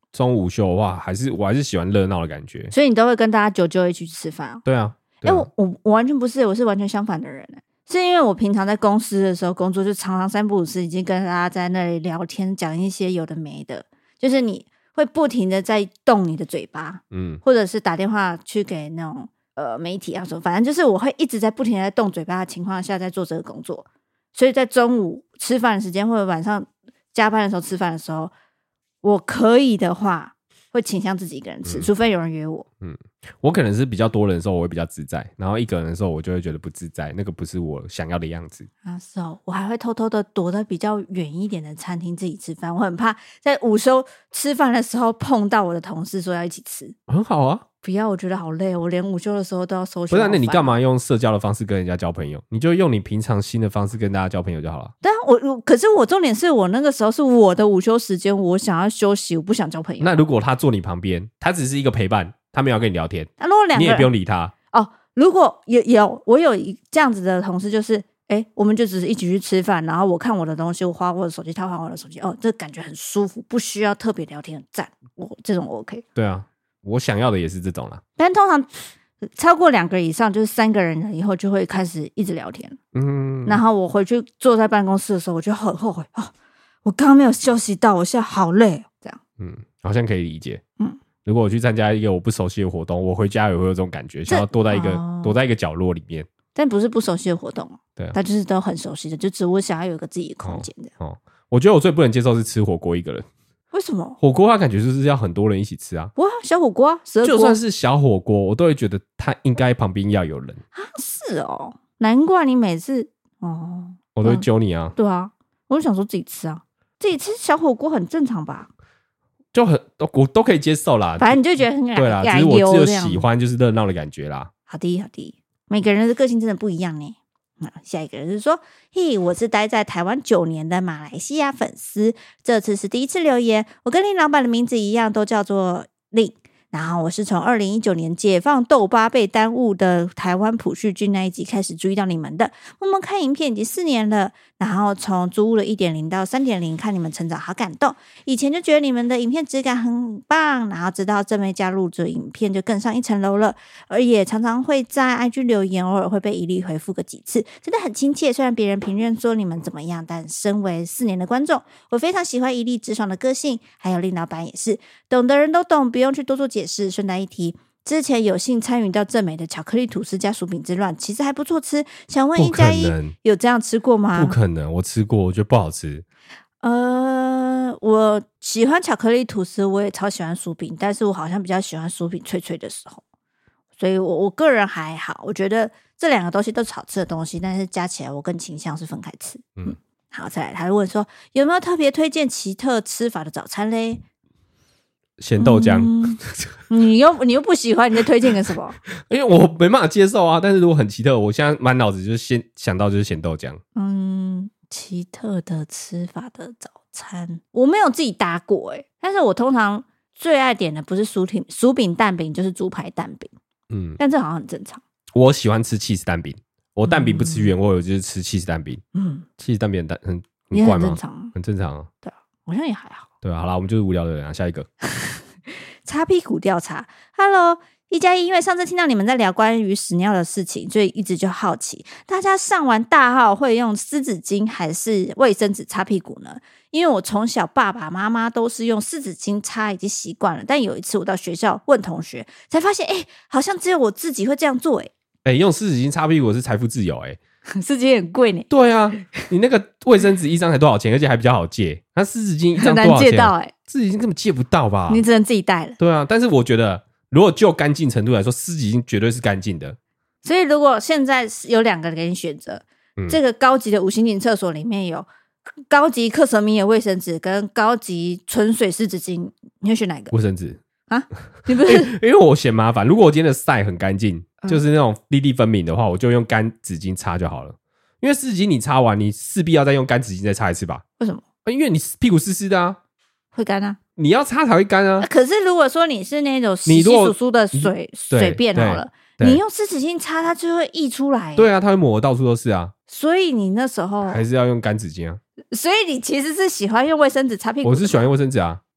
中午休的话，还是我还是喜欢热闹的感觉。 所以你都会跟大家九九一起去吃饭啊？ 对啊， 哎、 对啊我我我完全不是，我是完全相反的人、欸、是因为我平常在公司的时候工作，就常常三不五时已经跟大家在那里聊天，讲一些有的没的，就是你会不停的在动你的嘴巴， 嗯， 或者是打电话去给那种呃媒体啊什么，反正就是我会一直在不停的在动嘴巴的情况下在做这个工作，所以在中午吃饭的时间或者晚上加班的时候吃饭的时候，我可以的话会倾向自己一个人吃， 嗯除非有人约我。 嗯，我可能是比较多人的时候我会比较自在，然后一个人的时候我就会觉得不自在，那个不是我想要的样子。 啊，是哦，我还会偷偷的躲在比较远一点的餐厅自己吃饭，我很怕在午休吃饭的时候碰到我的同事说要一起吃。 很好啊， 不要，我觉得好累，我连午休的时候都要收拾。 不是、啊，那你干嘛用社交的方式跟人家交朋友？你就用你平常新的方式跟大家交朋友就好了。 对啊，我我可是我重点是我那个时候是我的午休时间，我想要休息，我不想交朋友。 那如果他坐你旁边，他只是一个陪伴，他没有要跟你聊天， 那、如果两个人你也不用理他。 哦，如果有有我有一这样子的同事，就是哎，我们就只是一起去吃饭，然后我看我的东西，我划我的手机，他划我的手机，哦，这感觉很舒服，不需要特别聊天，赞，我这种我 OK。 对啊，我想要的也是这种啦。 但通常超过两个以上，就是三个人了以后，就会开始一直聊天。 嗯， 然后我回去坐在办公室的时候，我就很后悔哦，我刚刚没有休息到，我现在好累哦，这样。 嗯，好像可以理解。 嗯， 如果我去参加一个我不熟悉的活动，我回家也会有这种感觉，想要躲在一个、 哦、 躲在一个角落里面。 但不是不熟悉的活动， 对啊， 他就是都很熟悉的，就只我想要有一个自己的空间的、 哦。哦，我觉得我最不能接受是吃火锅一个人。 为什么？ 火锅它感觉就是要很多人一起吃啊。 哇，小火锅啊，蛇锅， 就算是小火锅，我都会觉得它应该旁边要有人啊。是哦，难怪你每次哦， 我都会揪你啊。 对啊，我就想说自己吃啊，自己吃小火锅很正常吧？ 就很我都可以接受啦。 反正你就觉得很对啦，只是我只有喜欢就是热闹的感觉啦。 好的，好的，每个人的个性真的不一样呢。那下一个人是说，嘿，我是待在台湾九年的马来西亚粉丝，这次是第一次留言。我跟林老板的名字一样，都叫做令。然后我是从二零一九年解放豆巴被耽误的台湾朴叙俊那一集开始注意到你们的。我们看影片已经四年了，然后从租屋了 一点零 到 三点零 看你们成长，好感动。以前就觉得你们的影片质感很棒，然后直到正妹加入这影片就更上一层楼了，而也常常会在 I G 留言，偶尔会被一律回复个几次，真的很亲切。虽然别人评论说你们怎么样，但身为四年的观众，我非常喜欢一粒直爽的个性，还有令老板也是，懂的人都懂，不用去多做解释。顺带一提，之前有幸参与到正美的巧克力吐司加薯饼之乱，其实还不错吃。想问一加一有这样吃过吗？ 不可能，我吃过，我觉得不好吃。 呃，我喜欢巧克力吐司，我也超喜欢薯饼，但是我好像比较喜欢薯饼脆脆的时候，所以我我个人还好，我觉得这两个东西都是好吃的东西，但是加起来我更倾向是分开吃。嗯，好，再来，他问说有没有特别推荐奇特吃法的早餐嘞？ 咸豆浆、 嗯，你又你又不喜欢，你在推荐个什么？ 因为我没办法接受啊。但是如果很奇特，我现在满脑子就是先想到就是咸豆浆。 嗯，奇特的吃法的早餐，我没有自己搭过哎、欸，但是我通常最爱点的不是薯饼、薯饼蛋饼，就是猪排蛋饼。嗯，但这好像很正常。 我喜欢吃起司蛋饼，我蛋饼不吃原味，我就是吃起司蛋饼。嗯，起司蛋饼很很很怪吗？ 很正常， 很正常啊。 对啊，好像也还好。 对啊，好啦，我们就是无聊的人啊。下一个， 擦屁股调查 ，Hello。一加一，因为上次听到你们在聊关于屎尿的事情，所以一直就好奇，大家上完大号会用湿纸巾还是卫生纸擦屁股呢？因为我从小爸爸妈妈都是用湿纸巾擦，已经习惯了。但有一次我到学校问同学，才发现，哎、欸，好像只有我自己会这样做、欸，哎， 哎，用湿纸巾擦屁股是财富自由、欸，哎， 湿纸巾很贵呢。 对啊，你那个卫生纸一张才多少钱，而且还比较好借，那湿纸巾一张多少钱？ 很难借到、欸，哎， 湿纸巾根本借不到吧？ 你只能自己带了。 对啊，但是我觉得。如果就干净程度来说，湿纸巾绝对是干净的。 所以如果现在有两个给你选择、嗯，这个高级的五星级厕所里面有高级克什米尔卫生纸跟高级纯水湿纸巾，你会选哪一个？ 卫生纸啊？你不是、 欸、因为我嫌麻烦。如果我今天的塞很干净、嗯，就是那种粒粒分明的话，我就用干纸巾擦就好了。因为湿纸巾你擦完，你势必要再用干纸巾再擦一次吧？ 为什么？ 因为你屁股湿湿的啊， 会干啊。 你要擦才会干啊！ 可是如果说你是那种稀稀疏疏的水水便好了，你用湿纸巾擦，它就会溢出来。 对啊，它会抹到处都是啊。 所以你那时候还是要用干纸巾啊。 所以你其实是喜欢用卫生纸擦屁股？ 我是喜欢用卫生纸啊。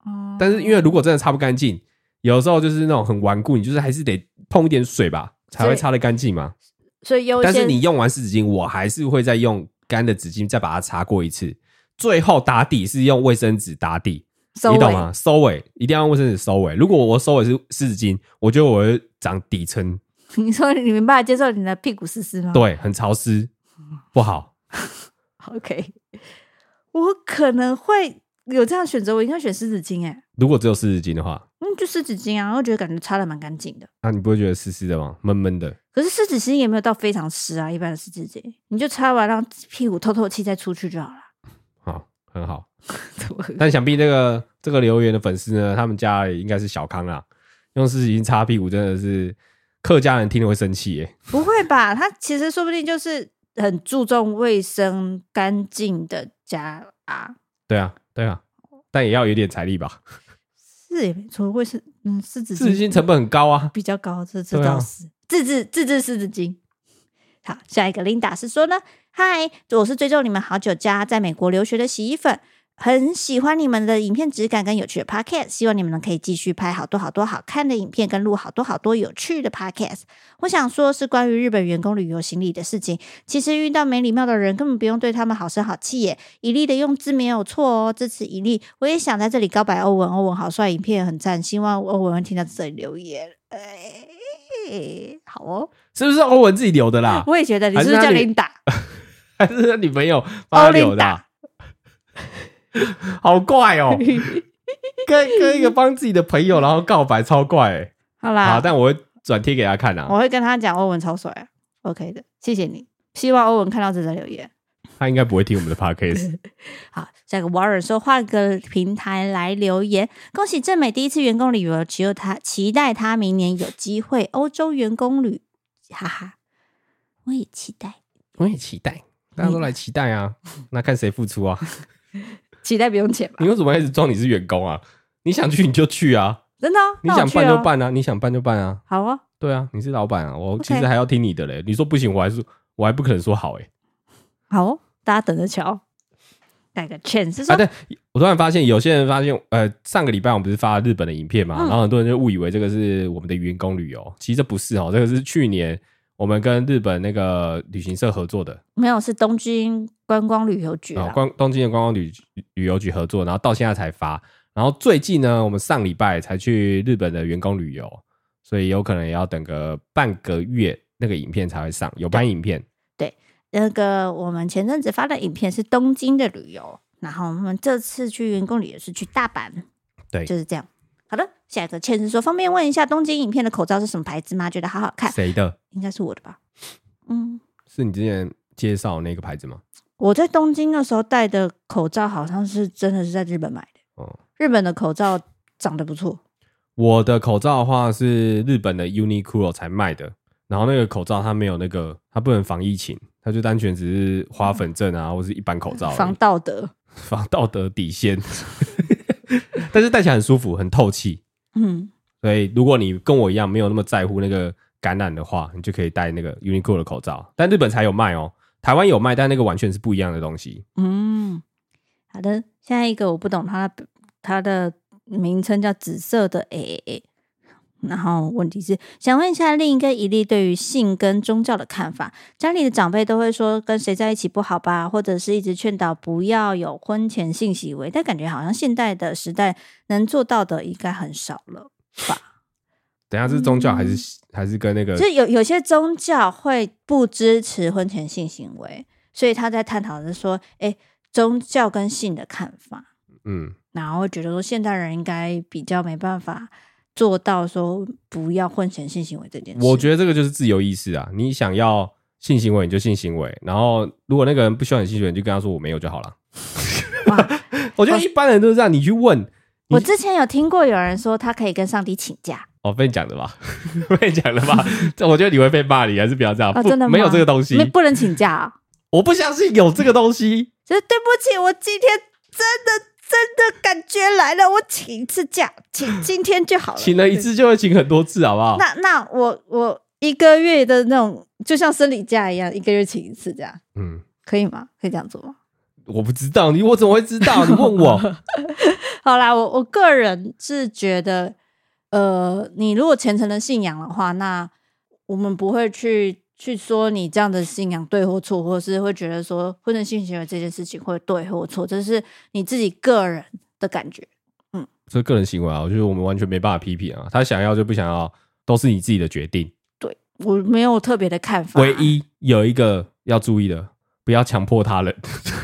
哦， 但是因为如果真的擦不干净，有的时候就是那种很顽固，你就是还是得碰一点水吧，才会擦得干净嘛。 所以优先， 但是你用完湿纸巾，我还是会再用干的纸巾再把它擦过一次，最后打底是用卫生纸打底。 收尾你懂吗？收尾一定要用卫生纸收尾。如果我收尾是湿纸巾，我觉得我会长底层。 你说你没办法接受你的屁股湿湿吗？ 对，很潮湿，不好。 OK， 我可能会有这样选择，我应该选湿纸巾哎。 如果只有湿纸巾的话， 嗯，就湿纸巾啊，我觉得感觉擦的蛮干净的。 那、啊、你不会觉得湿湿的吗？闷闷的。 可是湿纸巾也没有到非常湿啊，一般的湿纸巾，你就擦完让屁股透透气再出去就好了。 好，很好。但想必这个这个留言的粉丝呢，他们家应该是小康啦，用湿纸巾擦屁股真的是客家人听了会生气耶。 不会吧？他其实说不定就是很注重卫生干净的家啊。 对啊，对啊，但也要有点财力吧。 是也没错，卫生嗯湿纸巾湿纸巾成本很高啊， 比较高，这这倒是、啊、自制自制湿纸巾。好，下一个 Linda 是说呢，嗨，我是追踪你们好久家在美国留学的洗衣粉。很喜欢你们的影片质感跟有趣的 podcast， 希望你们可以继续拍好多好多好看的影片，跟录好多好多有趣的 podcast。我想说是关于日本员工旅游行李的事情，其实遇到没礼貌的人根本不用对他们好声好气耶。以利的用字没有错哦，支持以利。我也想在这里告白欧文，欧文好帅，影片很赞，希望欧文会听到这里留言。哎，好哦， 是不是欧文自己留的啦？ 我也觉得，你是不是叫Linda？ 还是他女朋友帮他留的、啊？好怪哦，跟跟一个帮自己的朋友然后告白，超怪哎、欸。 好啦， 好，但我会转贴给他看啊。 我会跟他讲欧文超帅啊 ，OK 的，谢谢你。希望欧文看到这则留言， 他应该不会听我们的 podcast。 好，下一个 Warren 说换个平台来留言，恭喜正美第一次员工旅游，只有他期待他明年有机会欧洲员工旅，哈哈，我也期待， 我也期待，大家都来期待啊，嗯、那看谁付出啊。 期待不用钱吧？ 你为什么一直装你是员工啊？你想去你就去啊， 真的、哦？ 你想办就办啊，你想办就办啊。 好啊， 对啊，你是老板啊，我其实还要听你的嘞。Okay. 你说不行，我还是我还不可能说好哎、欸。 好、哦，大家等着瞧。改个 chance 是说， 啊，对，我突然发现有些人发现，呃，上个礼拜我们不是发了日本的影片嘛、嗯，然后很多人就误以为这个是我们的员工旅游，其实这不是哦，这个是去年我们跟日本那个旅行社合作的。 没有，是东京观光旅游局、啊哦、东京的观光 旅, 旅游局合作，然后到现在才发。然后最近呢，我们上礼拜才去日本的员工旅游，所以有可能也要等个半个月，那个影片才会上，有拍影片。 对，那个我们前阵子发的影片是东京的旅游，然后我们这次去员工旅游是去大阪， 对， 就是这样。好的，下一个倩是说，方便问一下东京影片的口罩是什么牌子吗？觉得好好看。 谁的？ 应该是我的吧。嗯， 是你之前介绍那个牌子吗？ 我在东京的时候戴的口罩好像是真的是在日本买的。哦，日本的口罩长得不错。 我的口罩的话是日本的 Uniqlo 才卖的，然后那个口罩它没有那个，它不能防疫情，它就单纯只是花粉症啊，或是一般口罩。 防道德， 防道德底线。但是戴起来很舒服，很透气。嗯，所以如果你跟我一样没有那么在乎那个感染的话，你就可以戴那个 Uniqlo 的口罩。但日本才有卖哦，台湾有卖，但那个完全是不一样的东西。 嗯，好的，下一个我不懂它的它的名称叫紫色的 A A A。然后问题是想问一下另一个一例对于性跟宗教的看法，家里的长辈都会说跟谁在一起不好吧，或者是一直劝导不要有婚前性行为，但感觉好像现代的时代能做到的应该很少了吧。 等一下是宗教还是、嗯、还是跟那个， 就有有些宗教会不支持婚前性行为，所以他在探讨的是说诶宗教跟性的看法。嗯，然后会觉得说现代人应该比较没办法做到说不要婚前性行为这件事。 我觉得这个就是自由意识啊，你想要性行为你就性行为，然后如果那个人不需要你性行为，你就跟他说我没有就好了。我觉得一般人都是这样，你去问。 我之前有听过有人说他可以跟上帝请假。 哦，被你讲的吧？被你讲的吧？我觉得你会被骂，你还是不要这样。 哦、真的吗？ 没有这个东西， 不能请假、啊。 我不相信有这个东西。 就是对不起，我今天真的。真的感觉来了，我请一次假，请今天就好了。 请了一次就会请很多次，好不好？ 那那我我一个月的那种，就像生理假一样，一个月请一次这样，嗯，可以吗？可以这样做吗？ 我不知道，你我怎么会知道？你问我。 好啦，我我个人是觉得，呃，你如果虔诚的信仰的话，那我们不会去去说你这样的信仰对或错，或是会觉得说婚前性行为这件事情会对或错，这是你自己个人的感觉。嗯， 这个人行为啊，我觉得我们完全没办法批评啊，他想要就不想要，都是你自己的决定。 对，我没有特别的看法。 唯一有一个要注意的，不要强迫他人，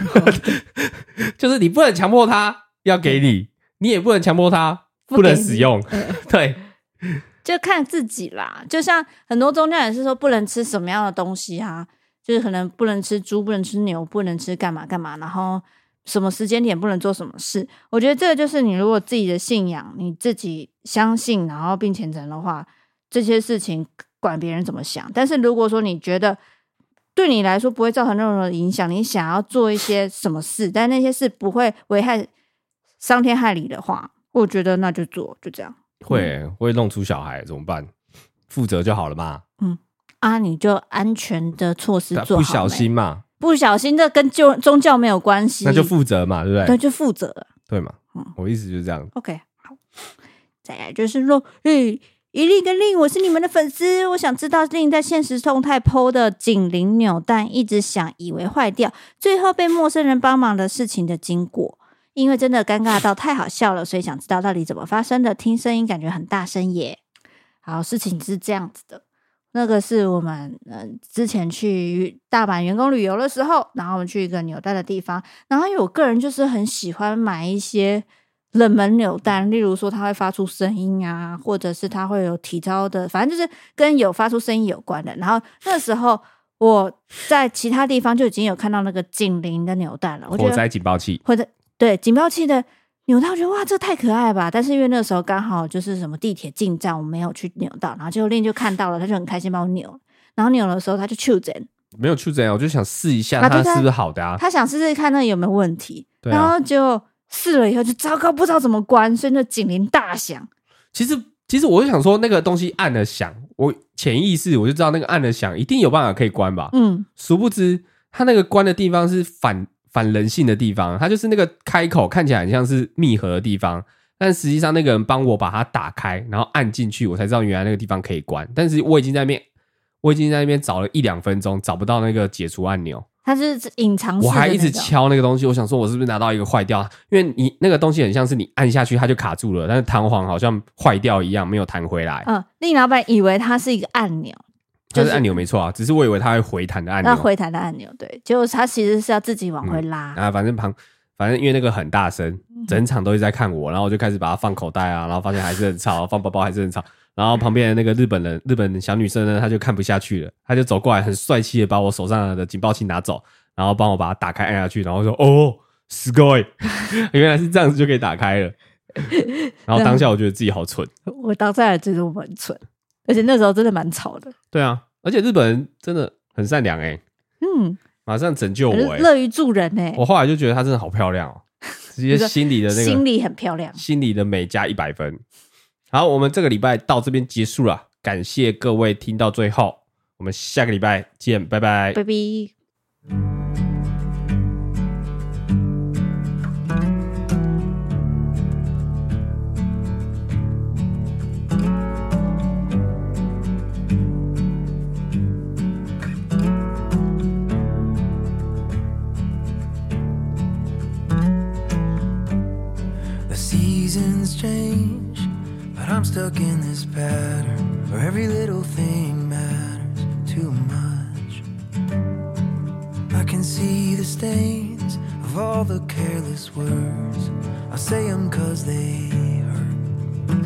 就是你不能强迫他要给你，你也不能强迫他不能使用。对， 就看自己啦。就像很多宗教也是说不能吃什么样的东西啊，就是可能不能吃猪，不能吃牛，不能吃干嘛干嘛，然后什么时间点不能做什么事。我觉得这个就是你如果自己的信仰，你自己相信，然后并虔诚的话，这些事情管别人怎么想。但是如果说你觉得对你来说不会造成任何的影响，你想要做一些什么事，但那些事不会危害伤天害理的话，我觉得那就做，就这样。 会、欸、会弄出小孩怎么办？负责就好了嘛。 嗯啊，你就安全的措施做好。 不小心嘛， 不小心这跟就宗教没有关系， 那就负责嘛，对不对？ 对，就负责。 对嘛、嗯、我意思就是这样。 OK， 好，再来就是说，嘿，一令跟令，我是你们的粉丝，我想知道令在现实动态 po 的警铃扭蛋一直想以为坏掉，最后被陌生人帮忙的事情的经过。因为真的尴尬到太好笑了，所以想知道到底怎么发生的。听声音感觉很大声耶。好，事情是这样子的，那个是我们、呃、之前去大阪员工旅游的时候，然后我们去一个扭蛋的地方，然后因为我个人就是很喜欢买一些冷门扭蛋，例如说它会发出声音啊，或者是它会有体操的，反正就是跟有发出声音有关的。然后那时候我在其他地方就已经有看到那个警铃的扭蛋了，我觉得火灾警报器， 或者对警报器的扭蛋，我觉得哇，这太可爱了吧！但是因为那时候刚好就是什么地铁进站，我没有去扭到，然后结果令就看到了，他就很开心帮我扭，然后扭的时候他就触诊， 没有触诊，我就想试一下它是不是好的啊？ 他想试试看那有没有问题， 对啊、 然后就试了以后就糟糕，不知道怎么关，所以那警铃大响。 其实其实我就想说，那个东西按了响，我潜意识我就知道那个按了响一定有办法可以关吧。嗯，殊不知它那个关的地方是反反人性的地方，它就是那个开口看起来很像是密合的地方，但实际上那个人帮我把它打开，然后按进去，我才知道原来那个地方可以关。但是我已经在那边，我已经在那边找了一两分钟，找不到那个解除按钮。 它是隐藏式的， 我还一直敲那个东西，我想说我是不是拿到一个坏掉？因为你那个东西很像是你按下去它就卡住了，但是弹簧好像坏掉一样，没有弹回来。 嗯，令老板以为它是一个按钮。 它是按钮没错啊，只是我以为它会回弹的按钮。 那回弹的按钮，对，结果它其实是要自己往回拉。 嗯、啊，反正旁，反正因为那个很大声，整场都一直在看我，然后我就开始把它放口袋啊，然后发现还是很吵，放包包还是很吵。然后旁边的那个日本人，日本小女生呢，她就看不下去了，她就走过来，很帅气的把我手上的警报器拿走，然后帮我把它打开按下去，然后说：“哦，すごい，原来是这样子就可以打开了。”然后当下我觉得自己好蠢， 我当下也觉得我很蠢。而且那时候真的蛮吵的。 对啊，而且日本人真的很善良哎、欸，嗯，马上拯救我哎、欸， 乐于助人哎、欸。 我后来就觉得她真的好漂亮哦，直接心里的那个心里很漂亮， 心里的美加一百分。好，我们这个礼拜到这边结束了，感谢各位听到最后，我们下个礼拜见，拜拜， 拜拜。 Seasons change, but I'm stuck in this pattern where every little thing matters too much. I can see the stains of all the careless words. I say them 'cause they hurt.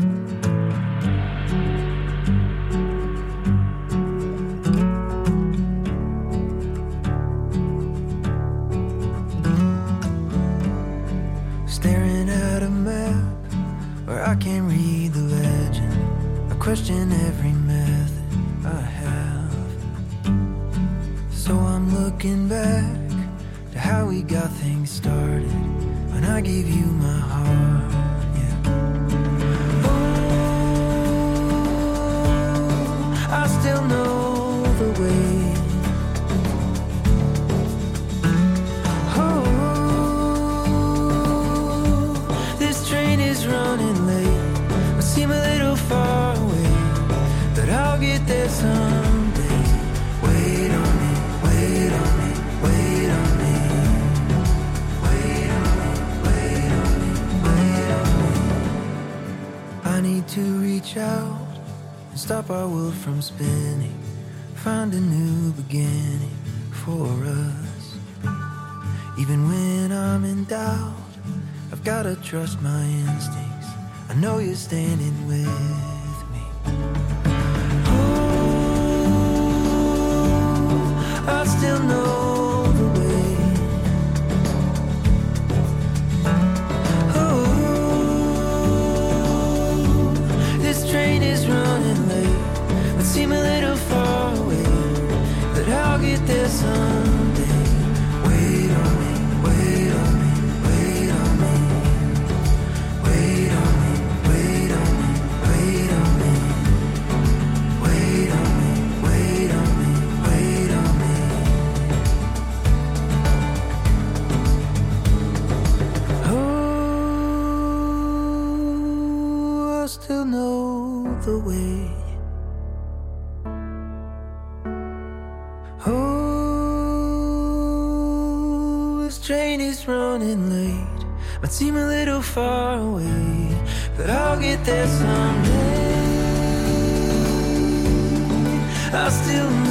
Staring at a map where I can't read the legend. I question every method I have. So I'm looking back to how we got things started when I gave you my heart, yeah. Oh, I still know the way. This train someday. Wait on me, wait on me, wait on me. Wait on me, wait on me, wait on me. I need to reach out and stop our world from spinning. Find a new beginning for us. Even when I'm in doubt, I've gotta trust my instincts. I know you're standing with me. Oh, I still know the way. Oh, this train is running late, but seem a little far away. But I'll get there someday. Wait on me, wait on me, wait on me. Wait on me, wait on me, wait on me. Wait on me, wait on me, wait on me. Oh, I still know the way. Oh, this train is running late. Might seem a little far away, but I'll get there someday. I still